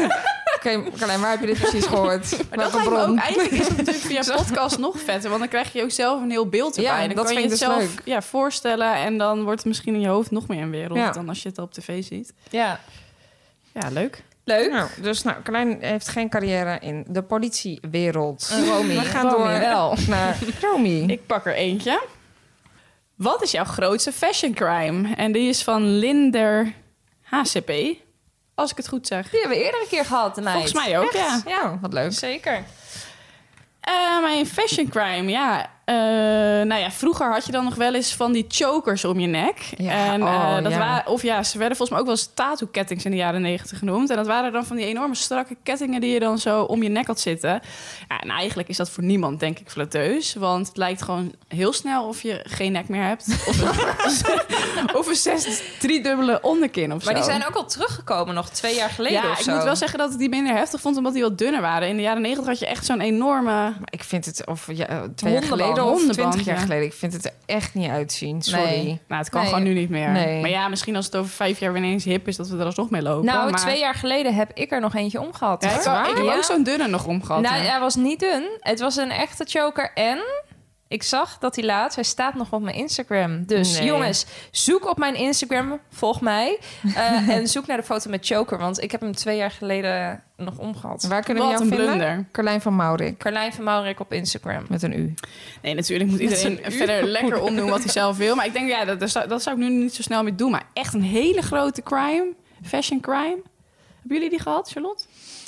Oké, Carlijn, waar heb je dit precies gehoord? Maar dat Welke lijkt me bron? ook eigenlijk is het natuurlijk via podcast nog vetter. Want dan krijg je ook zelf een heel beeld erbij. Ja, En dan dat kan je vind het ik dus zelf leuk. ja, voorstellen. En dan wordt het misschien in je hoofd nog meer een wereld Ja. dan als je het op tv ziet. ja, Ja, leuk. leuk. Nou, dus nou, Carlijn heeft geen carrière in de politiewereld. Romy. We gaan Romy door wel. naar Romy. Ik pak er eentje. Wat is jouw grootste fashion crime? En die is van Linder H C P, als ik het goed zeg. Die hebben we eerder een keer gehad, de meid. Volgens mij ook, ja. Ja, wat leuk. Zeker. Uh, mijn fashion crime, ja. Uh, nou ja, vroeger had je dan nog wel eens van die chokers om je nek. Ja, en, uh, oh, dat ja. Waren, of ja, ze werden volgens mij ook wel eens tattoo-kettings in de jaren negentig genoemd. En dat waren dan van die enorme strakke kettingen die je dan zo om je nek had zitten. Ja, en eigenlijk is dat voor niemand, denk ik, flatteus. Want het lijkt gewoon heel snel of je geen nek meer hebt. Of een, of een zes driedubbele onderkin of zo. Maar die zijn ook al teruggekomen nog twee jaar geleden Ja, of ik zo. moet wel zeggen dat ik die minder heftig vond, omdat die wat dunner waren. In de jaren negentig had je echt zo'n enorme... Maar ik vind het, of ja, twee jaar Hondenband, geleden of hondenband, twintig jaar ja. geleden... ik vind het er echt niet uitzien, sorry. Nee. Nou, het kan Nee. gewoon nu niet meer. Nee. Maar ja, misschien als het over vijf jaar weer ineens hip is... dat we er alsnog mee lopen. Nou, maar... twee jaar geleden heb ik er nog eentje omgehad. Ja, ik, hoor. ik heb Ja. ook zo'n dunne nog omgehad. Nou, ja. hij was niet dun. Het was een echte choker. En ik zag dat hij laatst... Hij staat nog op mijn Instagram. Dus Nee. jongens, zoek op mijn Instagram. Volg mij. Uh, en zoek naar de foto met choker. Want ik heb hem twee jaar geleden nog omgehad. Waar kunnen we Wat jou een vinden? blunder. Carlijn van Maurik, Carlijn van Maurik op Instagram. met een U. Nee, natuurlijk moet iedereen verder lekker omdoen wat hij zelf wil. Maar ik denk, ja, dat, dat, zou, dat zou ik nu niet zo snel meer doen. Maar echt een hele grote crime. Fashion crime. Hebben jullie die gehad, Charlotte?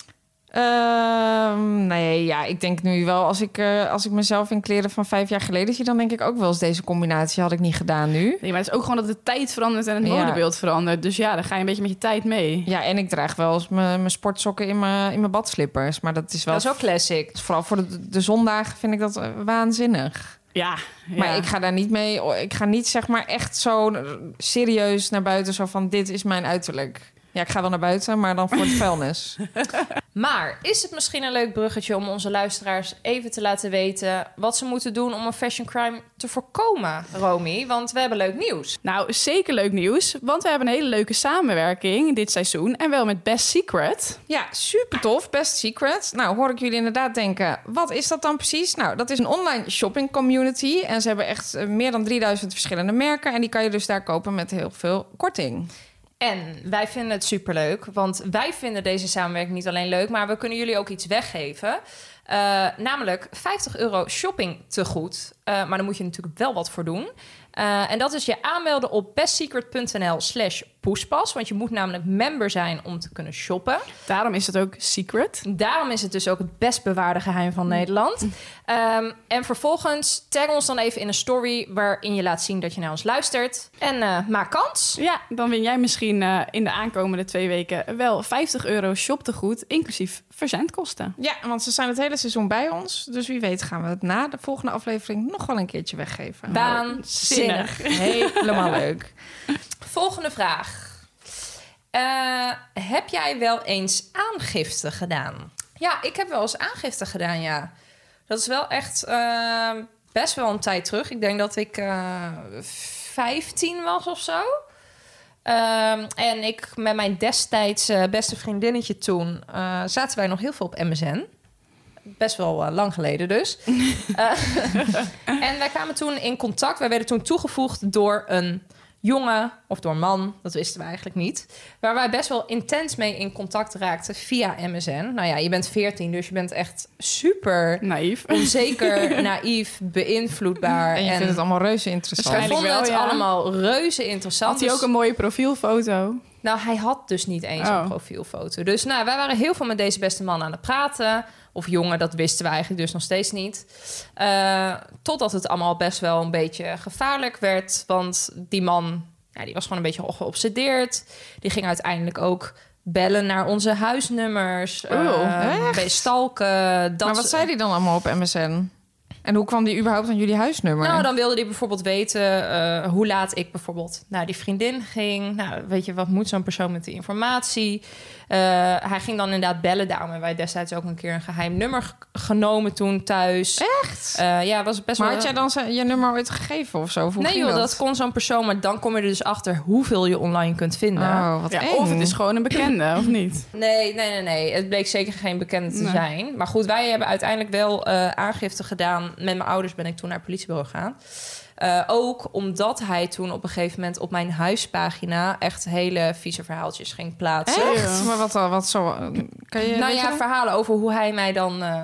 Ehm, nee, ja, ik denk nu wel... Als ik, uh, als ik mezelf in kleren van vijf jaar geleden zie... dan denk ik ook wel eens deze combinatie had ik niet gedaan nu. Nee, maar het is ook gewoon dat de tijd verandert en het Ja. modebeeld verandert. Dus ja, dan ga je een beetje met je tijd mee. Ja, en ik draag wel eens mijn mijn sportsokken in mijn, in mijn badslippers. Maar dat is wel... Dat is ook classic. Vooral voor de, de zondagen vind ik dat uh, waanzinnig. Ja, Maar ja. ik ga daar niet mee... Ik ga niet zeg maar echt zo serieus naar buiten... zo van, dit is mijn uiterlijk. Ja, ik ga wel naar buiten, maar dan voor de vuilnis. Maar is het misschien een leuk bruggetje om onze luisteraars even te laten weten wat ze moeten doen om een fashion crime te voorkomen, Romy? Want we hebben leuk nieuws. Nou, zeker leuk nieuws. Want we hebben een hele leuke samenwerking dit seizoen. En wel met Best Secret. Ja, super tof. Best Secret. Nou, hoor ik jullie inderdaad denken, wat is dat dan precies? Nou, dat is een online shopping community. En ze hebben echt uh, meer dan drieduizend verschillende merken. En die kan je dus daar kopen met heel veel korting. En wij vinden het superleuk, want wij vinden deze samenwerking niet alleen leuk, maar we kunnen jullie ook iets weggeven. Uh, namelijk vijftig euro shopping tegoed. Uh, maar daar moet je natuurlijk wel wat voor doen. Uh, en dat is je aanmelden op bestsecret.nl slash poespas. Want je moet namelijk member zijn om te kunnen shoppen. Daarom is het ook secret. Daarom is het dus ook het best bewaarde geheim van Nederland. Um, en vervolgens tag ons dan even in een story waarin je laat zien dat je naar ons luistert. En uh, maak kans. Ja, dan win jij misschien uh, in de aankomende twee weken wel vijftig euro shoptegoed, inclusief verzendkosten. Ja, want ze zijn het hele seizoen bij ons. Dus wie weet gaan we het na de volgende aflevering nog wel een keertje weggeven. Waanzinnig. Helemaal leuk. Volgende vraag. Uh, heb jij wel eens aangifte gedaan? Ja, ik heb wel eens aangifte gedaan, ja. Dat is wel echt uh, best wel een tijd terug. Ik denk dat ik uh, vijftien was of zo. Uh, en ik met mijn destijds uh, beste vriendinnetje toen... Uh, zaten wij nog heel veel op M S N. Best wel uh, lang geleden dus. uh, en wij kwamen toen in contact. Wij werden toen toegevoegd door een jongen of door een man. Dat wisten we eigenlijk niet. Waar wij best wel intens mee in contact raakten via M S N. Nou ja, je bent veertien, dus je bent echt super naïef, onzeker, naïef, beïnvloedbaar. En je en vindt het allemaal reuze interessant. wij vonden wel, het ja. allemaal reuze interessant. Had hij Dus- ook een mooie profielfoto? Nou, hij had dus niet eens Oh. een profielfoto. Dus nou, wij waren heel veel met deze beste man aan het praten. Of jongen, dat wisten we eigenlijk dus nog steeds niet. Uh, totdat het allemaal best wel een beetje gevaarlijk werd. Want die man, ja, die was gewoon een beetje geobsedeerd. Die ging uiteindelijk ook bellen naar onze huisnummers. Oh, uh, echt? bij stalken. Dat Maar wat zei hij dan allemaal op M S N? En hoe kwam die überhaupt aan jullie huisnummer? Nou, dan wilde hij bijvoorbeeld weten uh, hoe laat ik bijvoorbeeld naar die vriendin ging. Nou, weet je, wat moet zo'n persoon met die informatie? Uh, hij ging dan inderdaad bellen. Daarom hebben wij destijds ook een keer een geheim nummer g- genomen toen thuis. Echt? Uh, ja, was best Maar wel... had jij dan zijn- je nummer ooit gegeven of zo? Of hoe Nee ging joh, dat? dat kon zo'n persoon. Maar dan kom je er dus achter hoeveel je online kunt vinden. Oh, wat Ja, eng. of het is gewoon een bekende, of niet? Nee, nee, nee, nee. Het bleek zeker geen bekende te Nee. zijn. Maar goed, wij hebben uiteindelijk wel uh, aangifte gedaan. Met mijn ouders ben ik toen naar het politiebureau gegaan. Uh, ook omdat hij toen op een gegeven moment op mijn huispagina echt hele vieze verhaaltjes ging plaatsen. Echt? Maar wat, dan? Wat zo... Kan je, Nou weet ja, je verhalen over hoe hij mij dan uh,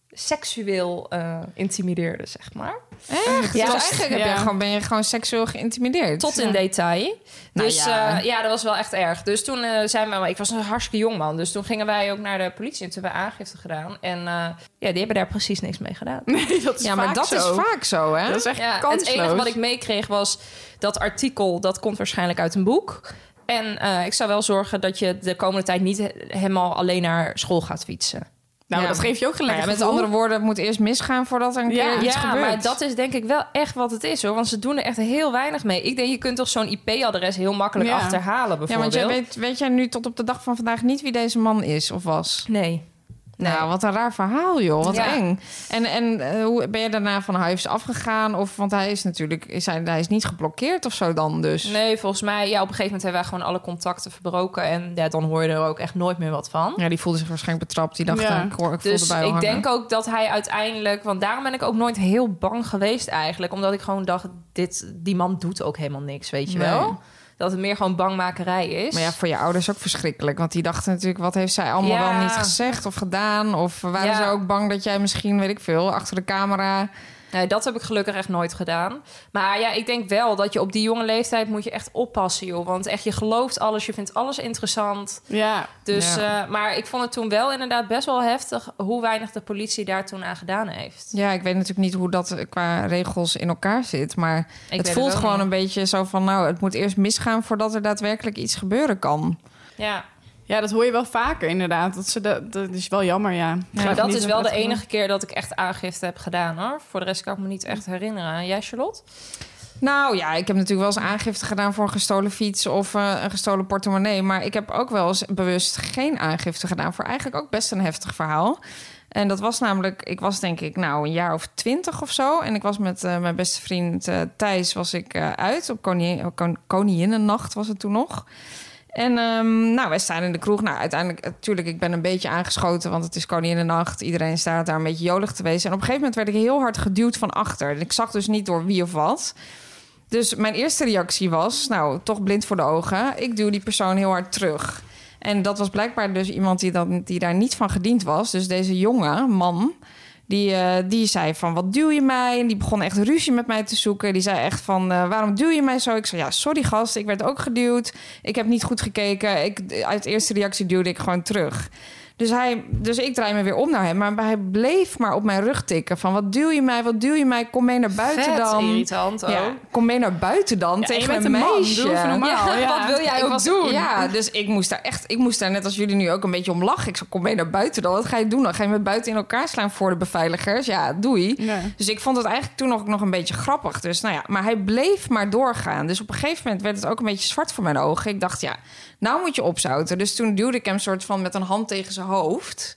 seksueel uh, intimideerde, zeg maar. Echt? Ja, dus dus- eigenlijk heb ja. je gewoon, ben je gewoon seksueel geïntimideerd. Tot in Ja. detail. Nou Dus ja. ja. ja, dat was wel echt erg. Dus toen uh, zijn we... maar ik was een hartstikke jong man. Dus toen gingen wij ook naar de politie. En toen hebben we aangifte gedaan. En uh, ja, die hebben daar precies niks mee gedaan. Nee, dat is Ja, maar vaak dat zo. is vaak zo, hè? Dat is echt Ja, het kansloos. enige wat ik meekreeg was... dat artikel, dat komt waarschijnlijk uit een boek. En uh, ik zou wel zorgen dat je de komende tijd... niet he- helemaal alleen naar school gaat fietsen. Nou, Ja. dat geeft je ook gelijk Maar ja, een met gevoel. andere woorden, het moet eerst misgaan voordat er een Ja. keer iets ja, gebeurt. maar dat is denk ik wel echt wat het is, hoor. Want ze doen er echt heel weinig mee. Ik denk, je kunt toch zo'n I P-adres heel makkelijk Ja. achterhalen, Ja, bijvoorbeeld. want jij weet, weet jij nu tot op de dag van vandaag niet wie deze man is of was? Nee. Nee. Nou, wat een raar verhaal, joh. Wat Ja. eng. En, en uh, hoe ben je daarna van huis afgegaan? Of, want hij is natuurlijk is hij, hij is niet geblokkeerd of zo dan dus. Nee, volgens mij, ja, op een gegeven moment hebben wij gewoon alle contacten verbroken. En ja, dan hoor je er ook echt nooit meer wat van. Ja, die voelde zich waarschijnlijk betrapt. Die dacht, Ja. ik, hoor, ik voel Dus erbij ik hangen. denk ook dat hij uiteindelijk... Want daarom ben ik ook nooit heel bang geweest eigenlijk. Omdat ik gewoon dacht, dit, die man doet ook helemaal niks, weet je Nee. wel? Dat het meer gewoon bangmakerij is. Maar ja, voor je ouders ook verschrikkelijk. Want die dachten natuurlijk, wat heeft zij allemaal Ja. wel niet gezegd of gedaan? Of waren Ja. ze ook bang dat jij misschien, weet ik veel, achter de camera... Nee, dat heb ik gelukkig echt nooit gedaan. Maar ja, ik denk wel dat je op die jonge leeftijd moet je echt oppassen, joh. Want echt, je gelooft alles, je vindt alles interessant. Ja, Dus, Ja. uh, maar ik vond het toen wel inderdaad best wel heftig... hoe weinig de politie daar toen aan gedaan heeft. Ja, ik weet natuurlijk niet hoe dat qua regels in elkaar zit. Maar Ik het weet voelt ook gewoon niet. een beetje zo van... nou, het moet eerst misgaan voordat er daadwerkelijk iets gebeuren kan. Ja, ja, dat hoor je wel vaker inderdaad. Dat, ze de, dat is wel jammer, ja. maar dat Niet is een wel de prettig enige keer dat ik echt aangifte heb gedaan, hoor. Voor de rest kan ik me niet echt herinneren. Jij, Charlotte? Nou ja, ik heb natuurlijk wel eens aangifte gedaan voor een gestolen fiets of uh, een gestolen portemonnee. Maar ik heb ook wel eens bewust geen aangifte gedaan voor eigenlijk ook best een heftig verhaal. En dat was namelijk, ik was denk ik nou een jaar of twintig of zo. En ik was met uh, mijn beste vriend uh, Thijs was ik uh, uit op Koningin, Kon, Koninginnennacht was het toen nog. En um, nou, wij staan in de kroeg. Nou, uiteindelijk, natuurlijk, ik ben een beetje aangeschoten... want het is Koninginnennacht. Iedereen staat daar een beetje jolig te wezen. En op een gegeven moment werd ik heel hard geduwd van achter. En ik zag dus niet door wie of wat. Dus mijn eerste reactie was... nou, toch blind voor de ogen. Ik duw die persoon heel hard terug. En dat was blijkbaar dus iemand die, dan, die daar niet van gediend was. Dus deze jonge man... Die, uh, die zei van, wat duw je mij? En die begon echt ruzie met mij te zoeken. Die zei echt van, uh, waarom duw je mij zo? Ik zei, ja, sorry gast, ik werd ook geduwd. Ik heb niet goed gekeken. Ik, uit de eerste reactie duwde ik gewoon terug. Dus, hij, dus ik draai me weer om naar hem. Maar hij bleef maar op mijn rug tikken. Van, wat duw je mij? Wat duw je mij? Kom mee naar buiten Vet dan. irritant ook. Ja, kom mee naar buiten dan Ja, tegen je bent een een man, meisje. doe even normaal. Ja, Ja. wat wil jij Ik ook was, doen? ja, dus ik moest daar echt, ik moest daar net als jullie nu ook een beetje om lachen. Ik zei, kom mee naar buiten dan. Wat ga je doen dan? Ga je met buiten in elkaar slaan voor de beveiligers? Ja, doei. Ja. Dus ik vond het eigenlijk toen nog, nog een beetje grappig. Dus nou ja, maar hij bleef maar doorgaan. Dus op een gegeven moment werd het ook een beetje zwart voor mijn ogen. Ik dacht, ja, nou moet je opzouten. Dus toen duwde ik hem soort van met een hand tegen zijn hoofd.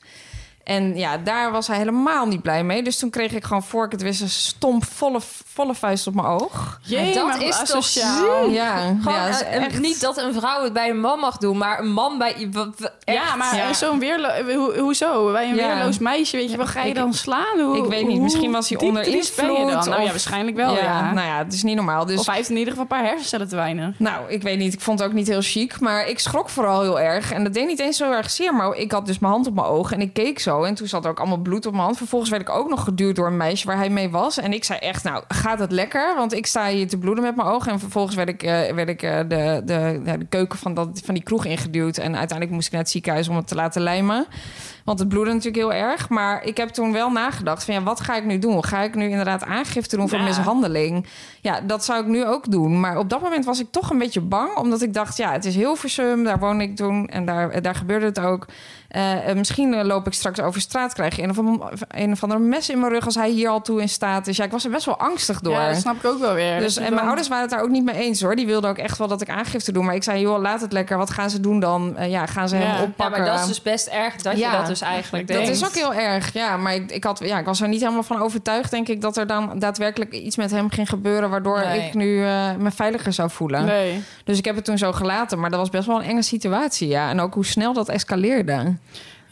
En ja, daar was hij helemaal niet blij mee. Dus toen kreeg ik gewoon, voor ik het wist, een stomp volle, volle vuist op mijn oog. Jee, dat maar is wat toch asociaal. Ja, Gewoon, ja, dat is eh, echt... niet dat een vrouw het bij een man mag doen, maar een man bij... w- w- echt. Ja, maar Ja. zo'n weerlo- ho- hoezo? Bij een Ja. weerloos meisje, weet je, wat ga je Ik- dan slaan? Hoe, ik weet niet, hoe misschien was hij diep onder triest ben je invloed, dan? Nou ja, of- waarschijnlijk wel, ja. Nou ja, het is niet normaal. Dus Of hij heeft in ieder geval een paar hersencellen te weinig. nou, ik weet niet. Ik vond het ook niet heel chic. Maar ik schrok vooral heel erg. En dat deed niet eens zo erg zeer. Maar ik had dus mijn hand op mijn oog. En ik keek zo. En toen zat er ook allemaal bloed op mijn hand. Vervolgens werd ik ook nog geduwd door een meisje waar hij mee was. En ik zei echt, nou, gaat het lekker? Want ik sta hier te bloeden met mijn ogen. En vervolgens werd ik, uh, werd ik uh, de, de, ja, de keuken van, dat, van die kroeg ingeduwd. En uiteindelijk moest ik naar het ziekenhuis om het te laten lijmen. Want het bloedde natuurlijk heel erg. Maar ik heb toen wel nagedacht van, ja, wat ga ik nu doen? Ga ik nu inderdaad aangifte doen voor Ja. mishandeling? Ja, dat zou ik nu ook doen. Maar op dat moment was ik toch een beetje bang. Omdat ik dacht, ja, het is Hilversum. Daar woon ik toen. En daar, daar gebeurde het ook. Uh, misschien uh, loop ik straks over straat. Krijg je een of, andere, een of andere mes in mijn rug als hij hier al toe in staat. Dus ja, ik was er best wel angstig door. Ja, dat snap ik ook wel weer. Dus, en mijn ouders waren het daar ook niet mee eens, hoor. Die wilden ook echt wel dat ik aangifte doe. Maar ik zei, joh, laat het lekker. Wat gaan ze doen dan? Uh, ja, gaan ze Ja. hem Ja, oppakken? Ja, maar dat is dus best erg dat Ja, je dat dus eigenlijk Dat denkt. is ook heel erg, ja. Maar ik, ik, had, ja, ik was er niet helemaal van overtuigd, denk ik... dat er dan daadwerkelijk iets met hem ging gebeuren... waardoor Nee. ik nu uh, me veiliger zou voelen. Nee. Dus ik heb het toen zo gelaten. Maar dat was best wel een enge situatie, ja. En ook hoe snel dat escaleerde.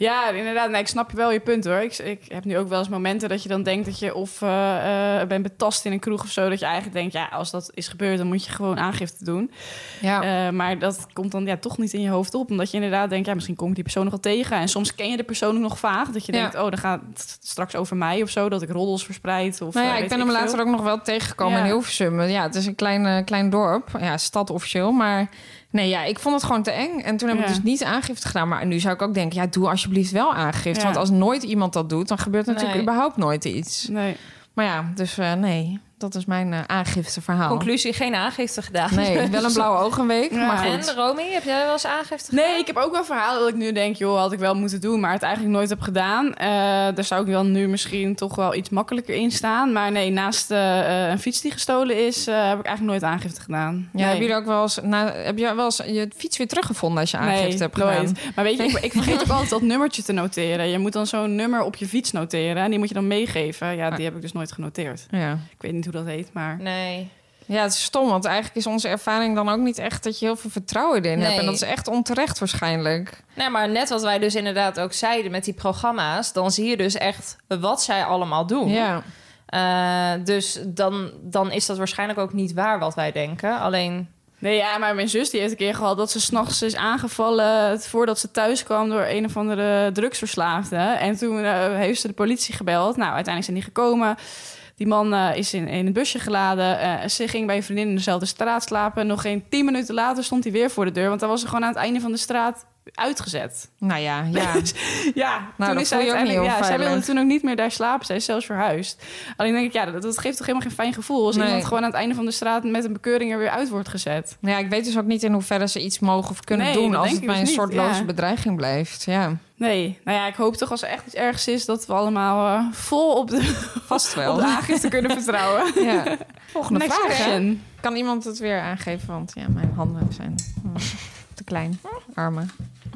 Ja, inderdaad. Nee, ik snap je wel je punt hoor. Ik, ik heb nu ook wel eens momenten dat je dan denkt dat je of uh, uh, bent betast in een kroeg of zo. Dat je eigenlijk denkt, ja, als dat is gebeurd, dan moet je gewoon aangifte doen. Ja. Uh, maar dat komt dan ja, toch niet in je hoofd op. Omdat je inderdaad denkt, ja, misschien kom ik die persoon nog wel tegen. En soms ken je de persoon ook nog vaag. Dat je Ja. denkt, oh, dan gaat het straks over mij of zo. Dat ik roddels verspreid. Of, Nou ja, uh, ik weet ben hem veel. later ook nog wel tegengekomen Ja. in Hilversum. Ja, het is een klein, uh, klein dorp. Ja, stad officieel. Maar nee, ja, ik vond het gewoon te eng. En toen heb ik Ja. dus niet aangifte gedaan. Maar nu zou ik ook denken, ja, doe alsjeblieft wel aangifte. Ja. Want als nooit iemand dat doet, dan gebeurt er natuurlijk Nee. überhaupt nooit iets. Nee. Maar ja, dus uh, nee, dat is mijn uh, aangifteverhaal. Conclusie, geen aangifte gedaan. Nee, wel een blauwe ogenweek, Ja. maar goed. En Romy, heb jij wel eens aangifte gedaan? Nee, ik heb ook wel verhalen dat ik nu denk, joh, had ik wel moeten doen, maar het eigenlijk nooit heb gedaan. Uh, daar zou ik wel nu misschien toch wel iets makkelijker in staan. Maar nee, naast uh, een fiets die gestolen is, uh, heb ik eigenlijk nooit aangifte gedaan. Ja, nee. hebben jullie ook wel eens, nou, heb je wel eens je fiets weer teruggevonden als je aangifte Nee, hebt nooit. gedaan? Maar weet je, ik, ik vergeet ook altijd dat nummertje te noteren. Je moet dan zo'n nummer op je fiets noteren en die moet je dan meegeven. Ja, die heb ik dus nooit genoteerd. Ja. Ik weet niet hoe dat heet, maar... Nee. Ja, het is stom, want eigenlijk is onze ervaring dan ook niet echt dat je heel veel vertrouwen erin Nee. hebt. En dat is echt onterecht waarschijnlijk. Nee, maar net wat wij dus inderdaad ook zeiden met die programma's, dan zie je dus echt wat zij allemaal doen. Ja. Uh, dus dan, dan is dat waarschijnlijk ook niet waar wat wij denken. Alleen, Nee, ja, maar mijn zus die heeft een keer gehad dat ze 's nachts is aangevallen voordat ze thuis kwam door een of andere drugsverslaafde. En toen uh, heeft ze de politie gebeld. Nou, uiteindelijk zijn die gekomen. Die man uh, is in, in een busje geladen. Uh, ze ging bij een vriendin in dezelfde straat slapen. Nog geen tien minuten later stond hij weer voor de deur. Want dan was ze gewoon aan het einde van de straat uitgezet. Nou ja, ja. Ja, Nou, toen dat is zij voel je ook niet uiteindelijk... heel Ja, zij veilig. wilde toen ook niet meer daar slapen. Zij is zelfs verhuisd. Alleen denk ik, ja, dat, dat geeft toch helemaal geen fijn gevoel... als Nee. iemand gewoon aan het einde van de straat met een bekeuring er weer uit wordt gezet. Nou ja, ik weet dus ook niet in hoeverre ze iets mogen of kunnen Nee, doen... dat als denk het ik bij een dus soort niet, loze ja. bedreiging blijft. Ja, Nee, nou ja, ik hoop toch als er echt iets ergens is... dat we allemaal uh, vol op de, vast wel. op de aangifte kunnen vertrouwen. Ja. Volgende Next vraag, hè? question. Kan iemand het weer aangeven? Want ja, mijn handen zijn hm, te klein. Armen.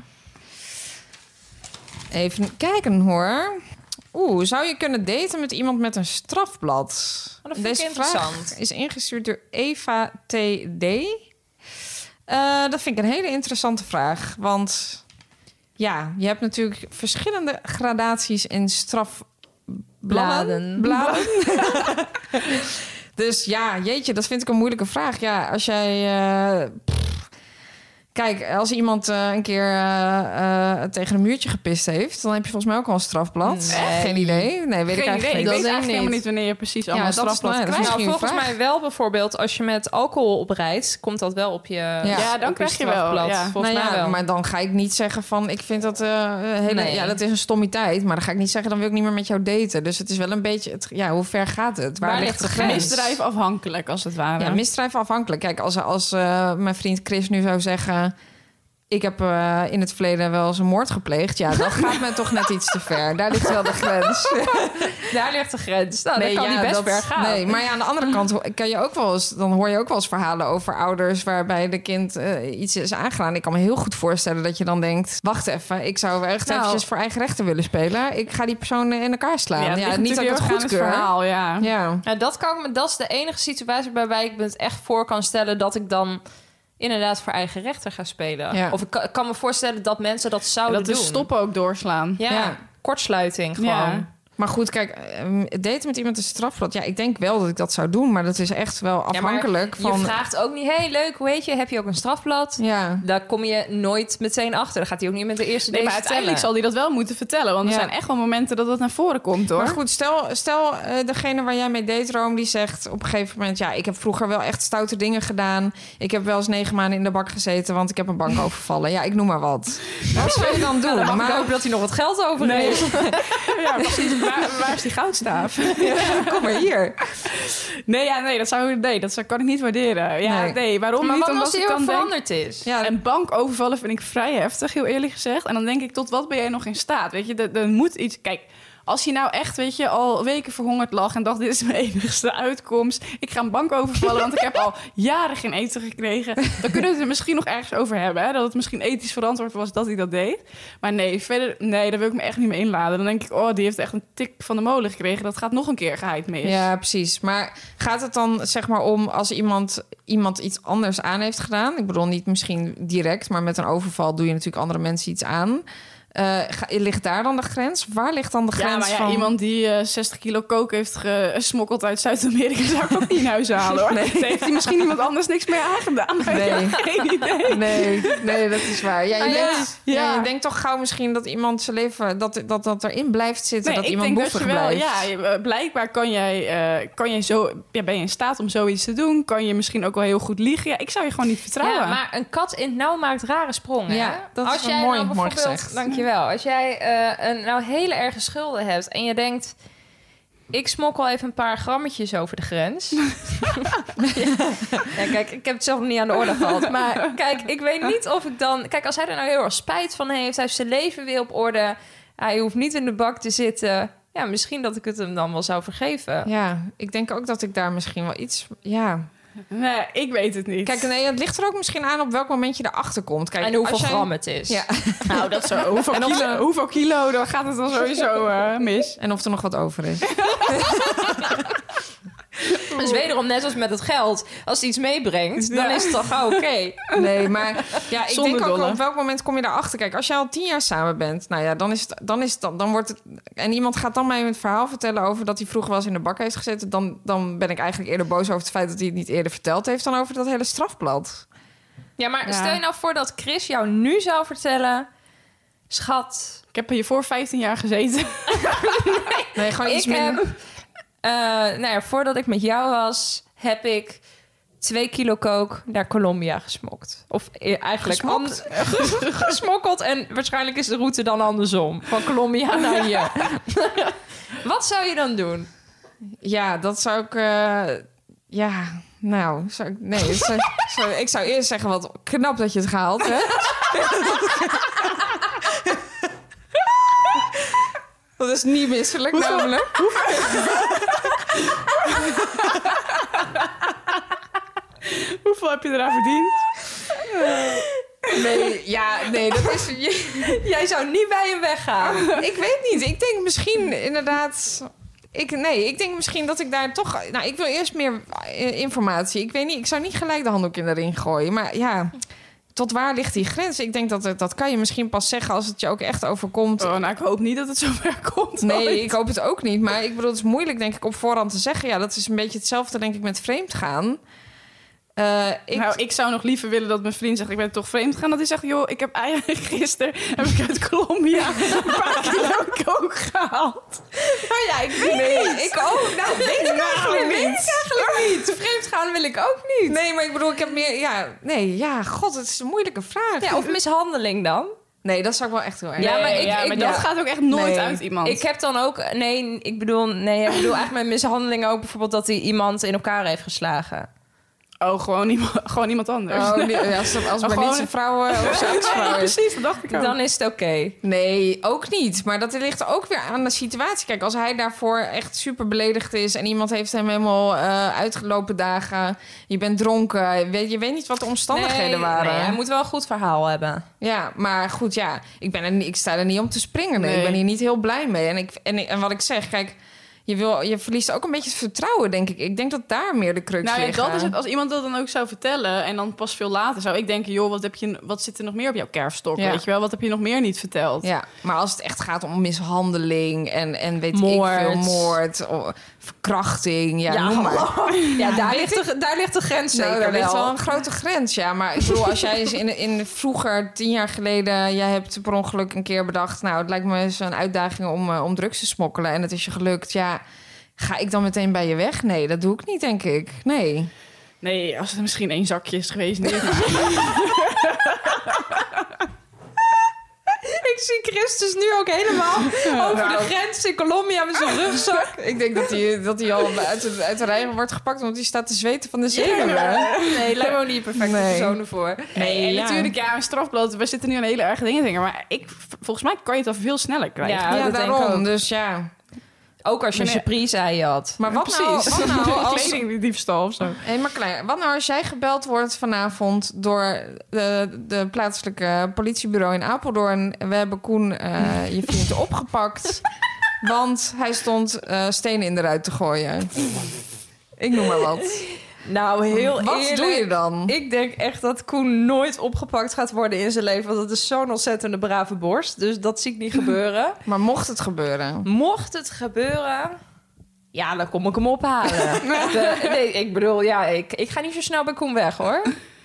Even kijken hoor. Oeh, zou je kunnen daten met iemand met een strafblad? Oh, dat vind ik vraag interessant. is ingestuurd door Eva T D. Uh, dat vind ik een hele interessante vraag. Want ja, je hebt natuurlijk verschillende gradaties in strafbladen. Bladen. Bladen. Dus ja, jeetje, dat vind ik een moeilijke vraag. Ja, als jij... Uh, Kijk, als iemand uh, een keer uh, uh, tegen een muurtje gepist heeft... dan heb je volgens mij ook al een strafblad. Nee. Geen idee. Nee, weet ik Geen eigenlijk idee. Ik niet. weet Dat eigenlijk denk ik helemaal niet. niet wanneer je precies allemaal Ja, een dat is- strafblad nou ja, dat is krijgt. nou, misschien een volgens vraag. mij wel bijvoorbeeld als je met alcohol oprijdt, komt dat wel op je Ja, dan op krijg je wel, strafblad. ja. Volgens nou mij ja, wel. maar dan ga ik niet zeggen van... ik vind dat uh, hele... Nee. Ja, dat is een stommiteit. Maar dan ga ik niet zeggen... dan wil ik niet meer met jou daten. Dus het is wel een beetje... Het, ja, hoe ver gaat het? Waar, Waar ligt ligt de de grens? Misdrijf afhankelijk, als het ware. Ja, misdrijf afhankelijk. Kijk, als, als uh, mijn vriend Chris nu zou zeggen... ik heb uh, in het verleden wel eens een moord gepleegd... ja, dat gaat me toch net iets te ver. Daar ligt wel de grens. Daar ligt de grens. Nou, dan kan ja, die best dat- ver gaan. Nee, maar ja, aan de andere kant ho- kan je ook wel eens... dan hoor je ook wel eens verhalen over ouders... waarbij de kind uh, iets is aangedaan. Ik kan me heel goed voorstellen dat je dan denkt... wacht even, ik zou echt Nou. eventjes voor eigen rechten willen spelen. Ik ga die persoon in elkaar slaan. Ja, Ja, het ligt niet dat ik natuurlijk het heel erg aan goedkeur. verhaal, ja. Ja. Nou, dat, kan ik me, dat is de enige situatie waarbij ik me het echt voor kan stellen... dat ik dan inderdaad voor eigen rechter ga spelen. Ja. Of ik kan, ik kan me voorstellen dat mensen dat zouden Dat de doen. stoppen ook doorslaan. Ja, Ja. kortsluiting gewoon. Ja. Maar goed, kijk, um, daten met iemand een strafblad... ja, ik denk wel dat ik dat zou doen... maar dat is echt wel Ja, maar afhankelijk van... Je vraagt ook niet, hey, leuk, hoe heet je? Heb je ook een strafblad? Ja. Daar kom je nooit meteen achter. Dan gaat hij ook niet met de eerste Nee, date maar uiteindelijk zal vertellen. hij dat wel moeten vertellen. Want er Ja. zijn echt wel momenten dat dat naar voren komt, hoor. Maar goed, stel, stel uh, degene waar jij mee date, Rome, die zegt op een gegeven moment... ja, ik heb vroeger wel echt stoute dingen gedaan. Ik heb wel eens negen maanden in de bak gezeten... want ik heb een bank overvallen. Ja, ik noem maar wat. Wat zou je dan doen? Dan mag maar, ik hopen dat hij nog wat geld over Nee. heeft. Ja, precies. Waar, waar is die goudstaaf? kom maar hier. Nee, ja, nee, dat, zou, nee, dat zou, kan ik niet waarderen. Ja, Nee. nee, waarom Maar niet? wat Omdat als hij ik heel dan denk... veranderd is? Ja, Een bank overvallen vind ik vrij heftig, heel eerlijk gezegd. En dan denk ik, tot wat ben jij nog in staat? Weet je, er, er moet iets... Kijk, als je nou echt, weet je, al weken verhongerd lag... en dacht, dit is mijn enigste uitkomst. Ik ga een bank overvallen, want ik heb al jaren geen eten gekregen. Dan kunnen we het er misschien nog ergens over hebben. Hè? Dat het misschien ethisch verantwoord was dat hij dat deed. Maar nee, verder, nee, daar wil ik me echt niet mee inladen. Dan denk ik, oh, die heeft echt een tik van de molen gekregen. Dat gaat nog een keer geheid mis. ja, precies. Maar gaat het dan zeg maar om als iemand, iemand iets anders aan heeft gedaan? Ik bedoel niet misschien direct, maar met een overval doe je natuurlijk andere mensen iets aan. Uh, ga, ligt daar dan de grens? Waar ligt dan de grens ja, maar ja, van... iemand die uh, zestig kilo coke heeft gesmokkeld uit Zuid-Amerika... zou ik ook niet in huis halen, hoor. Nee. Daar heeft hij misschien iemand anders niks meer aangedaan. Nee. Ja, geen idee. Nee, nee, dat is waar. Ja, je, Ah, ja. denkt, ja. Ja, je denkt toch gauw misschien dat iemand zijn leven... dat dat, dat erin blijft zitten, Nee, dat ik iemand denk dat boevig je wel, blijft. ja, blijkbaar kan jij, uh, kan jij zo, ja, ben je in staat om zoiets te doen. Kan je misschien ook wel heel goed liegen. Ja, ik zou je gewoon niet vertrouwen. Ja, maar een kat in het nauw maakt rare sprongen. Ja, hè? dat Als is wel jij mooi, nou mooi bijvoorbeeld, gezegd. dankjewel. Als jij uh, een nou hele erge schulden hebt en je denkt... ik smokkel even een paar grammetjes over de grens. ja, kijk, ik heb het zelf nog niet aan de orde gehad. Maar kijk, ik weet niet of ik dan... Kijk, als hij er nou heel erg spijt van heeft... hij heeft zijn leven weer op orde... hij hoeft niet in de bak te zitten... ja, misschien dat ik het hem dan wel zou vergeven. Ja, ik denk ook dat ik daar misschien wel iets... Ja. Nee, ik weet het niet. Kijk, nee, het ligt er ook misschien aan op welk moment je erachter komt. Kijk, en hoeveel als jij... gram het is. Ja. Nou, dat zo. Hoeveel, En of- kilo, hoeveel kilo, dan gaat het dan sowieso uh, mis. En of er nog wat over is. Dus wederom, net als met het geld... als hij iets meebrengt, dan Ja. is het toch gauw oké. Nee, maar ja, ik Zonder denk ook dolle. op welk moment kom je daarachter. Kijk, als je al tien jaar samen bent, nou ja, dan is het, dan is het, dan, dan wordt het. En iemand gaat dan mij het verhaal vertellen over dat hij vroeger wel eens in de bak heeft gezeten. Dan, dan ben ik eigenlijk eerder boos over het feit dat hij het niet eerder verteld heeft dan over dat hele strafblad. Ja, maar Ja. stel je nou voor dat Chris jou nu zou vertellen... schat, Ik heb hiervoor vijftien jaar gezeten. Nee, gewoon iets ik minder. heb... Uh, nou ja, voordat ik met jou was, heb ik twee kilo coke naar Colombia gesmokt. Of e- eigenlijk Gesmokt? and- gesmokkeld. En waarschijnlijk is de route dan andersom. Van Colombia naar hier. Wat zou je dan doen? Ja, dat zou ik. eh, ja, nou, zou ik, nee, het zou, zou- ik zou eerst zeggen wat knap dat je het gehaald hebt. Dat is niet misselijk, namelijk. Hoeveel heb je eraan verdiend? Nee, ja, nee, dat is. Jij zou niet bij hem weggaan. Ik weet niet. Ik denk misschien inderdaad. Ik, nee, ik denk misschien dat ik daar toch. Nou, ik wil eerst meer eh, informatie. Ik weet niet. Ik zou niet gelijk de handdoek in de ring gooien. Maar ja, tot waar ligt die grens? Ik denk dat het, dat kan je misschien pas zeggen als het je ook echt overkomt. Oh, nou, ik hoop niet dat het zover komt. Nee, ooit. ik hoop het ook niet. Maar ik bedoel, het is moeilijk, denk ik, op voorhand te zeggen. Ja, dat is een beetje hetzelfde, denk ik, met vreemd gaan. Uh, ik... Nou, ik zou nog liever willen dat mijn vriend zegt... ik ben toch vreemd gegaan. Dat hij zegt, joh, ik heb eigenlijk gisteren... heb ik uit Colombia een paar kilo coke gehaald. Maar ja, ik weet Nee, niet. ik ook. Nou, weet ik eigenlijk weet ik niet. eigenlijk niet. Vreemd gaan wil ik ook niet. Nee, maar ik bedoel, ik heb meer... Ja, nee, ja, god, het is een moeilijke vraag. Ja, of mishandeling dan? Nee, dat zou ik wel echt heel erg... Ja, maar ik- ja, ik- maar ja. dat gaat ook echt nooit Nee. uit iemand. Ik heb dan ook... Nee, ik bedoel... Nee, ik bedoel eigenlijk met mishandeling ook bijvoorbeeld... dat hij iemand in elkaar heeft geslagen. Oh, gewoon iemand, gewoon iemand anders. Oh, nee, ja, als het, als het Oh, maar niet gewoon- zijn vrouw eh, of zijn ex-vrouw Ja, is. precies, dat dacht ik ook. Dan is het oké. Nee, ook niet. Maar dat ligt ook weer aan de situatie. Kijk, als hij daarvoor echt super beledigd is... en iemand heeft hem helemaal uh, uitgelopen dagen... je bent dronken, je weet, je weet niet wat de omstandigheden Nee, waren. nee, hij moet wel een goed verhaal hebben. Ja, maar goed, ja, ik, ben er, niet- ik sta er niet om te springen. Nee. Nee. Ik ben hier niet heel blij mee. En, ik, en, ik- en wat ik zeg, kijk... Je, wil, je verliest ook een beetje het vertrouwen, denk ik. Ik denk dat daar meer de crux Nou ja, liggen. dat is het. Als iemand dat dan ook zou vertellen en dan pas veel later zou ik denken, joh, wat heb je, wat zit er nog meer op jouw kerfstok? Ja. Weet je wel, wat heb je nog meer niet verteld? Ja, maar als het echt gaat om mishandeling en, en weet Moord. ik veel, moord, of verkrachting, ja, Ja, noem maar. Ja, daar ligt, de, daar ligt de grens zeker Nou, daar ligt wel. wel een grote grens, ja. Maar ik bedoel, als jij eens in, in vroeger, tien jaar geleden... jij hebt per ongeluk een keer bedacht... nou, het lijkt me eens een uitdaging om, uh, om drugs te smokkelen... en het is je gelukt, ja... Ga ik dan meteen bij je weg? Nee, dat doe ik niet, denk ik. Nee. Nee, als het misschien één zakje is geweest. Niet. Ik zie Christus nu ook helemaal over de grens in Colombia met zijn rugzak. Ik denk dat hij, dat hij al uit de, uit de rij wordt gepakt... omdat hij staat te zweten van de zenuwen. Nee, lijkt me ook niet de perfecte Nee. persoon ervoor. Nee, en ja. natuurlijk, ja, een strafblad. We zitten nu aan hele erge dingen te denken. Maar ik, volgens mij kan je het al veel sneller krijgen. Ja, Ja, dat denk ik daarom. ook. Dus ja. Ook als je een Meneer- surprise aan je had. Maar wat nou, Precies. wat nou als... Kledingdiefstal of zo. Hé, maar klein, wat nou als jij gebeld wordt vanavond door de, de plaatselijke politiebureau in Apeldoorn? We hebben Koen, uh, je vriend, opgepakt, want hij stond uh, stenen in de ruit te gooien. Ik noem maar wat. Nou, heel Wat eerlijk. doe je dan? Ik denk echt dat Koen nooit opgepakt gaat worden in zijn leven. Want dat is zo'n ontzettende brave borst. Dus dat zie ik niet gebeuren. Maar mocht het gebeuren? Mocht het gebeuren... Ja, dan kom ik hem ophalen. De, nee, ik bedoel, ja, ik, ik ga niet zo snel bij Koen weg, hoor.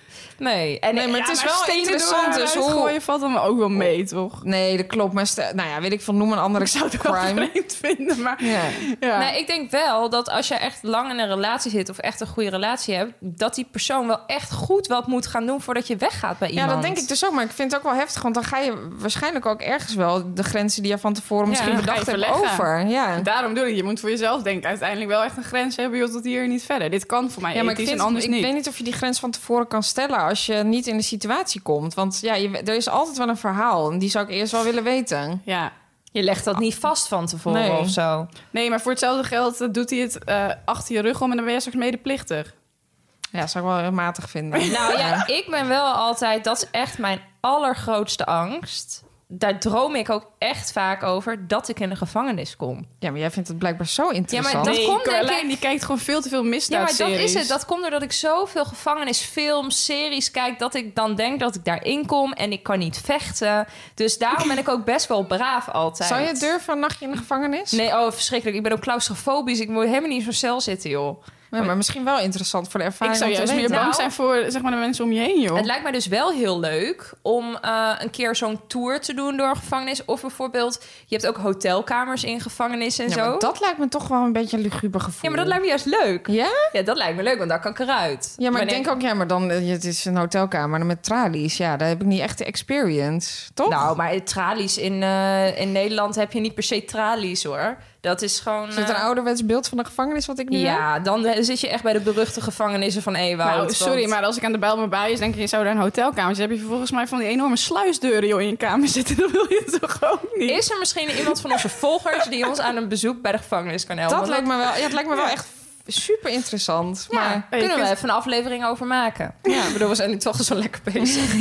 Nee, en, Nee, maar ja, het is wel interessant. Dus hoe... gooien valt dan ook wel mee, toch? Nee, dat klopt. Maar stel, nou ja, weet ik veel, noem een andere Ik zou het wel crime. vreemd vinden, maar... Ja. Ja. Nee, ik denk wel dat als je echt lang in een relatie zit... of echt een goede relatie hebt... dat die persoon wel echt goed wat moet gaan doen... voordat je weggaat bij iemand. Ja, dat denk ik dus ook. Maar ik vind het ook wel heftig. Want dan ga je waarschijnlijk ook ergens wel... de grenzen die je van tevoren misschien Ja, bedacht ga je hebt verleggen. over. Ja. Daarom doe ik, je moet voor jezelf denken... uiteindelijk wel echt een grens hebben, joh, tot hier niet verder. Dit kan voor mij Ja, maar ik, ethisch vind, en anders ik niet. weet niet of je die grens van tevoren kan stellen... als je niet in de situatie komt. Want ja, je, er is altijd wel een verhaal. En die zou ik eerst wel willen weten. Ja. Je legt dat niet vast van tevoren Nee. of zo. Nee, maar voor hetzelfde geld eh, doet hij het eh, achter je rug om... en dan ben je straks medeplichtig. Ja, zou ik wel heel matig vinden. Nou ja, ik ben wel altijd... dat is echt mijn allergrootste angst... Daar droom ik ook echt vaak over... dat ik in de gevangenis kom. Ja, maar jij vindt het blijkbaar zo interessant. Ja, maar dat komt, denk Carlijn, ik- die kijkt gewoon veel te veel Ja, maar misdaadseries. dat is het. Dat komt doordat ik zoveel gevangenisfilms, series kijk... dat ik dan denk dat ik daarin kom en ik kan niet vechten. Dus daarom ben ik ook best wel braaf altijd. Zou je durven een nachtje in de gevangenis? Nee, oh, verschrikkelijk. Ik ben ook claustrofobisch. Ik moet helemaal niet in zo'n cel zitten, joh. Nee, maar misschien wel interessant voor de Ik ervaring. zou om te juist meer weten. bang Nou, zijn voor zeg maar, de mensen om je heen, joh. Het lijkt mij dus wel heel leuk om uh, een keer zo'n tour te doen door een gevangenis. Of bijvoorbeeld, je hebt ook hotelkamers in gevangenissen en Ja, zo. maar dat lijkt me toch wel een beetje een luguber gevoel. Ja, maar dat lijkt me juist leuk. Ja? Ja, dat lijkt me leuk, want daar kan ik eruit. Ja, maar ik Wanneer- denk ook, ja, maar dan, eh, het is een hotelkamer met tralies. Ja, daar heb ik niet echt de experience, toch? Nou, maar tralies in, uh, in Nederland heb je niet per se tralies, hoor. Dat is gewoon... Is het een uh, ouderwets beeld van de gevangenis wat ik nu heb? Ja, dan uh, zit je echt bij de beruchte gevangenissen van Ewoud. Nou, sorry, want- maar als ik aan de bel me bij is, denk ik, je zou daar een hotelkamer zitten. Heb je volgens mij van die enorme sluisdeuren joh, in je kamer zitten. Dan wil je het toch ook niet? Is er misschien iemand van onze volgers die ons aan een bezoek bij de gevangenis kan helpen? Dat Want lijkt me wel, ja, het lijkt me wel echt super interessant. Ja, Maar kunnen je we kunt- even een aflevering over maken. Ja, ik bedoel, we zijn nu toch zo lekker bezig.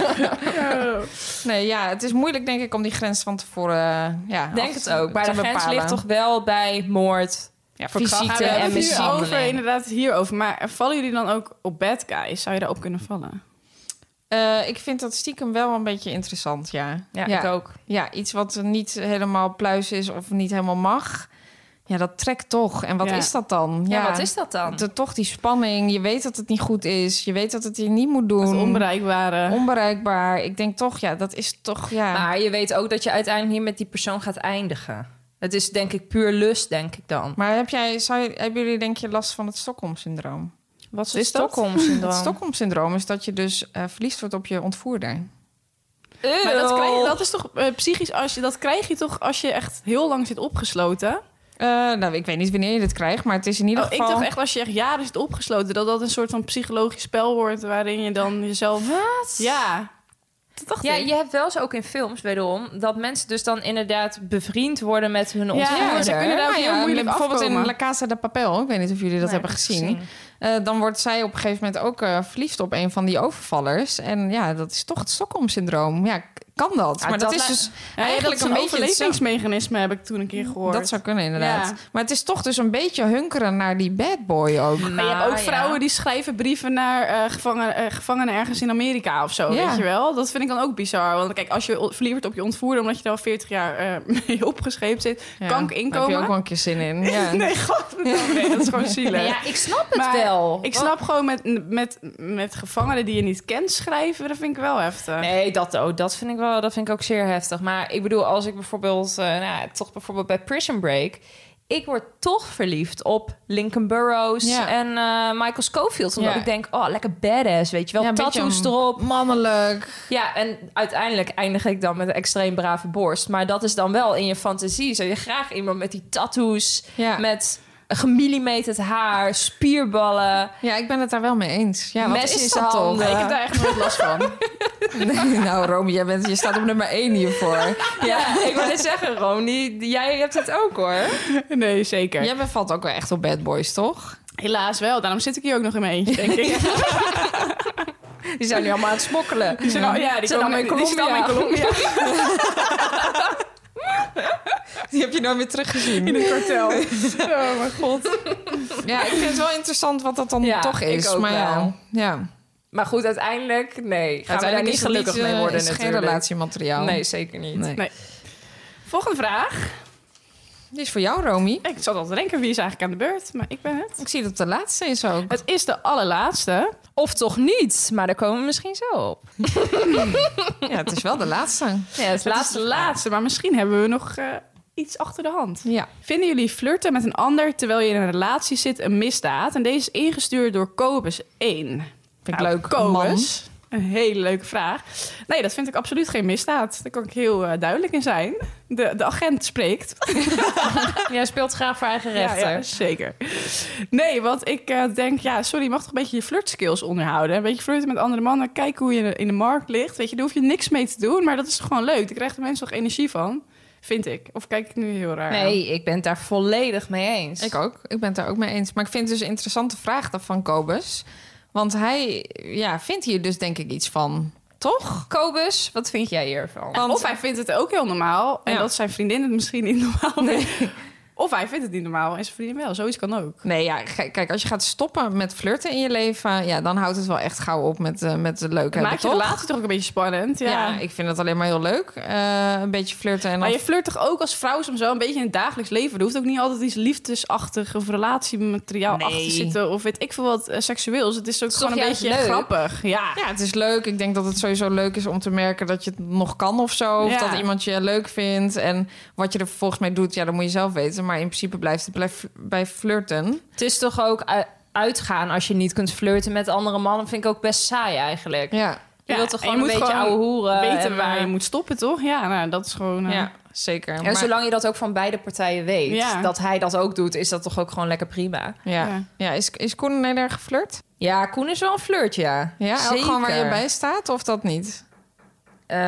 nee, ja, het is moeilijk denk ik om die grens van tevoren uh, ja, Denk af het te- ook. Maar te de grens bepalen. ligt toch wel bij moord, Ja, verkrachting Ja, we hebben en het hier over, mishandeling. inderdaad hierover. Maar vallen jullie dan ook op bad guys? Zou je daarop kunnen vallen? Uh, ik vind dat stiekem wel een beetje interessant, ja. Ja, ja. ik ook. Ja, iets wat niet helemaal pluis is of niet helemaal mag. Ja, dat trekt toch. En wat Ja. is dat dan? Ja, wat is dat dan? De, toch die spanning. Je weet dat het niet goed is. Je weet dat het je niet moet Het doen. onbereikbare. Onbereikbaar. Ik denk toch, ja, dat is toch, ja... Maar je weet ook dat je uiteindelijk niet met die persoon gaat eindigen. Het is denk ik puur lust, denk ik dan. Maar heb jij, zou je, hebben jullie denk je last van het Stockholm-syndroom? Wat is is dat? Stockholm-syndroom? Het Stockholm-syndroom is dat je dus uh, verliefd wordt op je ontvoerder. Maar dat, krijg je, dat is toch uh, psychisch, als je, dat krijg je toch als je echt heel lang zit opgesloten? Uh, nou, ik weet niet wanneer je dit krijgt, maar het is in ieder Oh, geval... ik dacht echt als je echt jaren zit opgesloten, dat dat een soort van psychologisch spel wordt waarin je dan jezelf... Wat? Ja. Dat dacht Ja, ik. je hebt wel eens ook in films, wederom, dat mensen dus dan inderdaad bevriend worden met hun ontvoerder. Ja, ze kunnen daar ook Nou heel ja, moeilijk bijvoorbeeld afkomen. in La Casa de Papel. Ik weet niet of jullie dat Nee, hebben heb ik gezien. Uh, dan wordt zij op een gegeven moment ook uh, verliefd op een van die overvallers. En ja, dat is toch het Stockholm-syndroom. Ja, kan dat? Ja, maar dat, dat is li- dus Ja, eigenlijk dat een is beetje... overlevingsmechanisme, heb ik toen een keer gehoord. Dat zou kunnen, inderdaad. Ja. Maar het is toch dus een beetje hunkeren naar die bad boy ook. Maar je hebt ook Nou, vrouwen ja. die schrijven brieven naar uh, gevangenen, uh, gevangenen ergens in Amerika of zo, Ja. weet je wel? Dat vind ik dan ook bizar. Want kijk, als je verliefd wordt op je ontvoerder omdat je er al veertig jaar uh, mee opgescheept zit, Ja, kan ik daar inkomen. heb je ook wel een keer zin in. Ja. Nee, godverdomme, nee, dat is gewoon zielig. Nee, ja, ik snap het Maar wel. Ik snap gewoon met, met, met gevangenen die je niet kent schrijven, dat vind ik wel heftig. Nee, dat ook. Dat vind ik wel. Dat vind ik ook zeer heftig. Maar ik bedoel, als ik bijvoorbeeld, uh, nou, toch bijvoorbeeld bij Prison Break, ik word toch verliefd op Lincoln Burrows Ja. en uh, Michael Scofield. Omdat Ja. ik denk, oh, lekker badass, weet je wel. Ja, een Tattoos beetje erop. Mannelijk. Ja, en uiteindelijk eindig ik dan met een extreem brave borst. Maar dat is dan wel in je fantasie. Zou je graag iemand met die tattoos, Ja. met gemillimeterd haar, spierballen. Ja, ik ben het daar wel mee eens. Ja, wat Mes is in dat zijn toch? handen. Nee, ik heb daar echt nooit last van. Nee, nou, Romy, jij bent, je staat op nummer één hiervoor. Ja, ik wil net zeggen, Ronnie, jij hebt het ook hoor. Nee, zeker. Jij valt ook wel echt op bad boys, toch? Helaas wel, daarom zit ik hier ook nog in mijn eentje, denk ik. Die zijn nu allemaal aan het smokkelen. Die zijn al- ja, die, Zijn komen, allemaal in die staan in Colombia. Colombia. Die heb je nooit meer teruggezien. In het kartel. Oh mijn god. Ja, ik vind het wel interessant wat dat dan Ja, toch is. ik ook maar ja, wel. ja. Maar goed, uiteindelijk, nee. Gaan we daar Uiteindelijk niet is het gelukkig niet, mee eh, worden is het geen natuurlijk. relatiemateriaal. Nee, zeker niet. Nee. Nee. Volgende vraag. Die is voor jou, Romy. Ik zat al te denken, wie is eigenlijk aan de beurt? Maar ik ben het. Ik zie dat de laatste is ook. Het is de allerlaatste. Of toch niet, maar daar komen we misschien zo op. Ja, het is wel de laatste. Ja, het is Het is laatste de laatste, maar misschien hebben we nog uh, iets achter de hand. Ja. Vinden jullie flirten met een ander terwijl je in een relatie zit een misdaad? En deze is ingestuurd door Kobus één. Vind ik Nou, leuk. Kobus, een hele leuke vraag. Nee, dat vind ik absoluut geen misdaad. Daar kan ik heel uh, duidelijk in zijn. De, de agent spreekt. Jij speelt graag voor eigen rechter. Ja, ja, zeker. Nee, want ik uh, denk, ja, sorry, je mag toch een beetje je flirtskills onderhouden. Een beetje flirten met andere mannen. Kijk hoe je in de markt ligt. Weet je, daar hoef je niks mee te doen. Maar dat is gewoon leuk. Daar krijgen de mensen toch energie van. Vind ik. Of kijk ik nu heel raar aan? Nee, ik ben het daar volledig mee eens. Ik ook. Ik ben het daar ook mee eens. Maar ik vind het dus een interessante vraag dan van Kobus. Want hij ja, vindt hier dus denk ik iets van. Toch? Kobus, wat vind jij hiervan? Want- Of hij vindt het ook heel normaal. En Ja. dat zijn vriendin het misschien niet normaal vindt. Of hij vindt het niet normaal en zijn vriendin wel. Zoiets kan ook. Nee, ja, k- kijk, als je gaat stoppen met flirten in je leven, ja, dan houdt het wel echt gauw op met, uh, met het leuk hebben, Maakt je toch? relatie toch ook een beetje spannend. Ja. Ja. ik vind het alleen maar heel leuk. Uh, een beetje flirten en Maar dan... je flirt toch ook als vrouw soms wel een beetje in het dagelijks leven. Er hoeft ook niet altijd iets liefdesachtig of relatiemateriaal Nee. achter te zitten. Of weet ik veel wat uh, seksueels. Het is ook is gewoon toch een juist beetje leuk? grappig. Ja. Ja, het is leuk. Ik denk dat het sowieso leuk is om te merken dat je het nog kan of zo. Of Ja. dat iemand je leuk vindt. En wat je er vervolgens mee doet, ja, dat moet je zelf weten. Maar in principe blijft het blijf- bij flirten. Het is toch ook u- uitgaan als je niet kunt flirten met andere mannen, vind ik ook best saai eigenlijk. Ja, Je Ja, wilt toch en je gewoon een moet beetje gewoon ouwe hoeren. Weten en, waar eh, je moet stoppen, toch? Ja, nou, dat is gewoon... uh, ja zeker. En Maar- zolang je dat ook van beide partijen weet, Ja. dat hij dat ook doet, is dat toch ook gewoon lekker prima. ja. Ja. Ja. Is, is Koen een hele erg geflirt? Ja, Koen is wel een flirt, ja. Ja, ook Zeker. gewoon waar je bij staat of dat niet? Uh,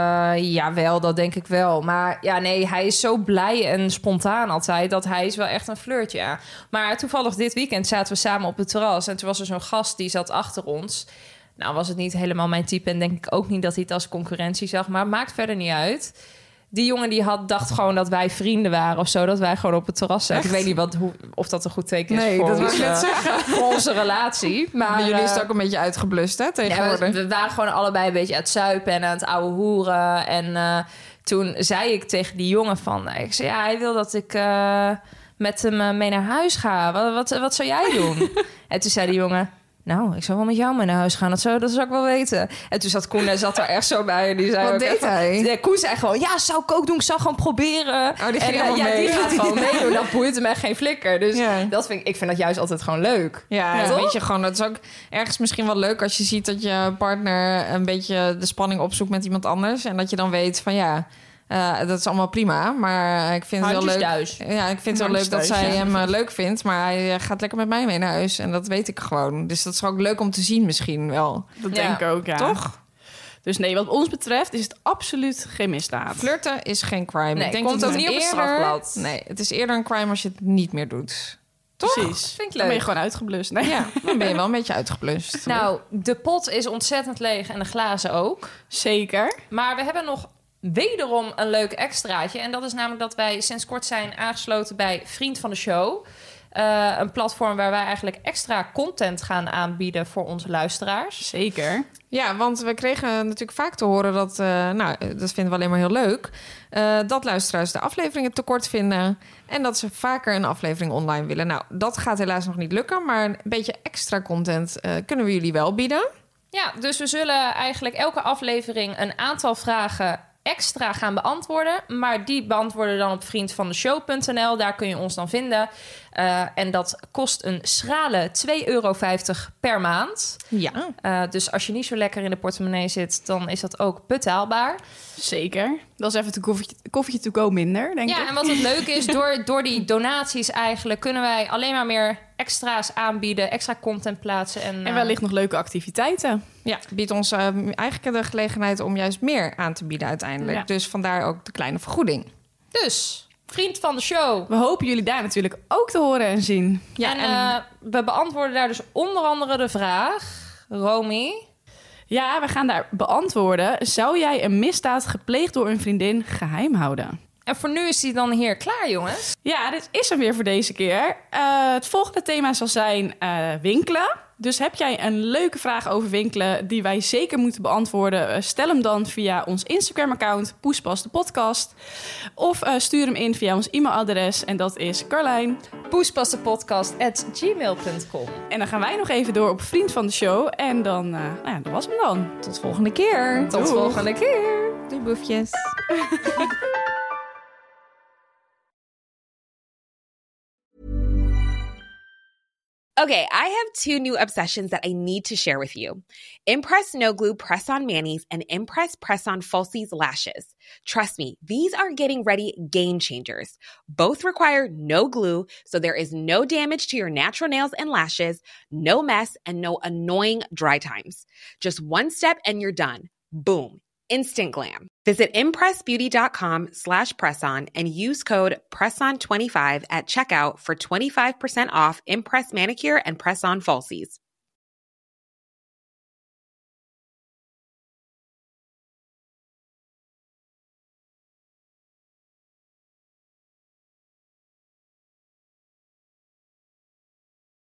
ja, wel, dat denk ik wel. Maar ja, nee, hij is zo blij en spontaan altijd dat hij is wel echt een flirt, ja. Maar toevallig dit weekend zaten we samen op het terras en toen was er zo'n gast die zat achter ons. Nou, was het niet helemaal mijn type en denk ik ook niet dat hij het als concurrentie zag, maar maakt verder niet uit. Die jongen die had, dacht gewoon dat wij vrienden waren of zo, dat wij gewoon op het terras zaten. Ik weet niet wat, hoe, of dat een goed teken is Nee, voor, dat wil ik onze, net zeggen. voor onze relatie. Maar Bij jullie is het eh, ook een beetje uitgeblust, hè, ja, tegenwoordig? we, we waren gewoon allebei een beetje aan het zuipen en aan het ouwe hoeren. En uh, toen zei ik tegen die jongen van... Ik zei, ja, hij wil dat ik uh, met hem uh, mee naar huis ga. Wat, wat, wat zou jij doen? En toen zei die jongen... Nou, ik zou wel met jou mee naar huis gaan. Dat zou, dat zou ik wel weten. En toen zat Koen en zat er echt zo bij. En die zei Wat ook deed echt- hij? hij? Ja, Koen zei gewoon... Ja, zou ik ook doen. Ik zou gewoon proberen. Oh, die ging en, uh, helemaal ja, mee. die gaat gewoon meedoen. Dat boeit hem echt geen flikker. Dus Ja. dat vind ik, ik vind dat juist altijd gewoon leuk. Ja, Ja. dat Toch? weet je gewoon. Dat is ook ergens misschien wel leuk als je ziet dat je partner een beetje de spanning opzoekt met iemand anders. En dat je dan weet van ja, uh, dat is allemaal prima. Maar ik vind het wel leuk. Handjes thuis. Ja, ik vind het wel leuk dat Handjes zij thuis, ja. hem uh, leuk vindt. Maar hij uh, gaat lekker met mij mee naar huis. En dat weet ik gewoon. Dus dat is ook leuk om te zien misschien wel. Dat Ja. denk ik ook, ja. Toch? Dus nee, wat ons betreft is het absoluut geen misdaad. Flirten is geen crime. Nee, ik denk komt dat ook het niet op het eerder- strafblad. Nee, het is eerder een crime als je het niet meer doet. Toch? Precies. Vind ik Dan ben je leuk. gewoon uitgeblust. Nee. Ja, dan ben je wel een beetje uitgeblust. Nou, de pot is ontzettend leeg en de glazen ook. Zeker. Maar we hebben nog wederom een leuk extraatje. En dat is namelijk dat wij sinds kort zijn aangesloten bij Vriend van de Show. Uh, een platform waar wij eigenlijk extra content gaan aanbieden voor onze luisteraars. Zeker. Ja, want we kregen natuurlijk vaak te horen dat... Uh, nou, dat vinden we alleen maar heel leuk... Uh, dat luisteraars de afleveringen te kort vinden... en dat ze vaker een aflevering online willen. Nou, dat gaat helaas nog niet lukken... maar een beetje extra content uh, kunnen we jullie wel bieden. Ja, dus we zullen eigenlijk elke aflevering een aantal vragen extra gaan beantwoorden. Maar die beantwoorden dan op vriendvandeshow punt n l. Daar kun je ons dan vinden. Uh, en dat kost een schrale twee euro vijftig per maand. Ja. Uh, dus als je niet zo lekker in de portemonnee zit, dan is dat ook betaalbaar. Zeker. Dat is even een koffietje, koffietje to go minder, denk Ja, ik. en wat het leuke is, door, door die donaties eigenlijk kunnen wij alleen maar meer extra's aanbieden, extra content plaatsen. En, En wellicht nog leuke activiteiten. Ja, biedt ons uh, eigenlijk de gelegenheid om juist meer aan te bieden uiteindelijk. Ja. Dus vandaar ook de kleine vergoeding. Dus, vriend van de show. We hopen jullie daar natuurlijk ook te horen en zien. Ja, en en- uh, we beantwoorden daar dus onder andere de vraag, Romy. Ja, we gaan daar beantwoorden. Zou jij een misdaad gepleegd door een vriendin geheim houden? En voor nu is hij dan hier klaar, jongens. Ja, dit is hem weer voor deze keer. Uh, het volgende thema zal zijn uh, winkelen. Dus heb jij een leuke vraag over winkelen die wij zeker moeten beantwoorden? Uh, stel hem dan via ons Instagram-account, Poespas de podcast. Of uh, stuur hem in via ons e-mailadres en dat is Carlijn. poespassepodcast at gmail dot com. En dan gaan wij nog even door op vriend van de show. En dan, uh, nou ja, dat was hem dan. Tot volgende keer. Tot Doeg. volgende keer. Doei boefjes. Okay, I have two new obsessions that I need to share with you. Impress No Glue Press-On Manis and Impress Press-On Falsies Lashes. Trust me, these are getting ready game changers. Both require no glue, so there is no damage to your natural nails and lashes, no mess, and no annoying dry times. Just one step and you're done. Boom. Instant glam. Visit impressbeauty.com slash presson and use code presson twenty-five at checkout for twenty-five percent off Impress Manicure and Press-On Falsies.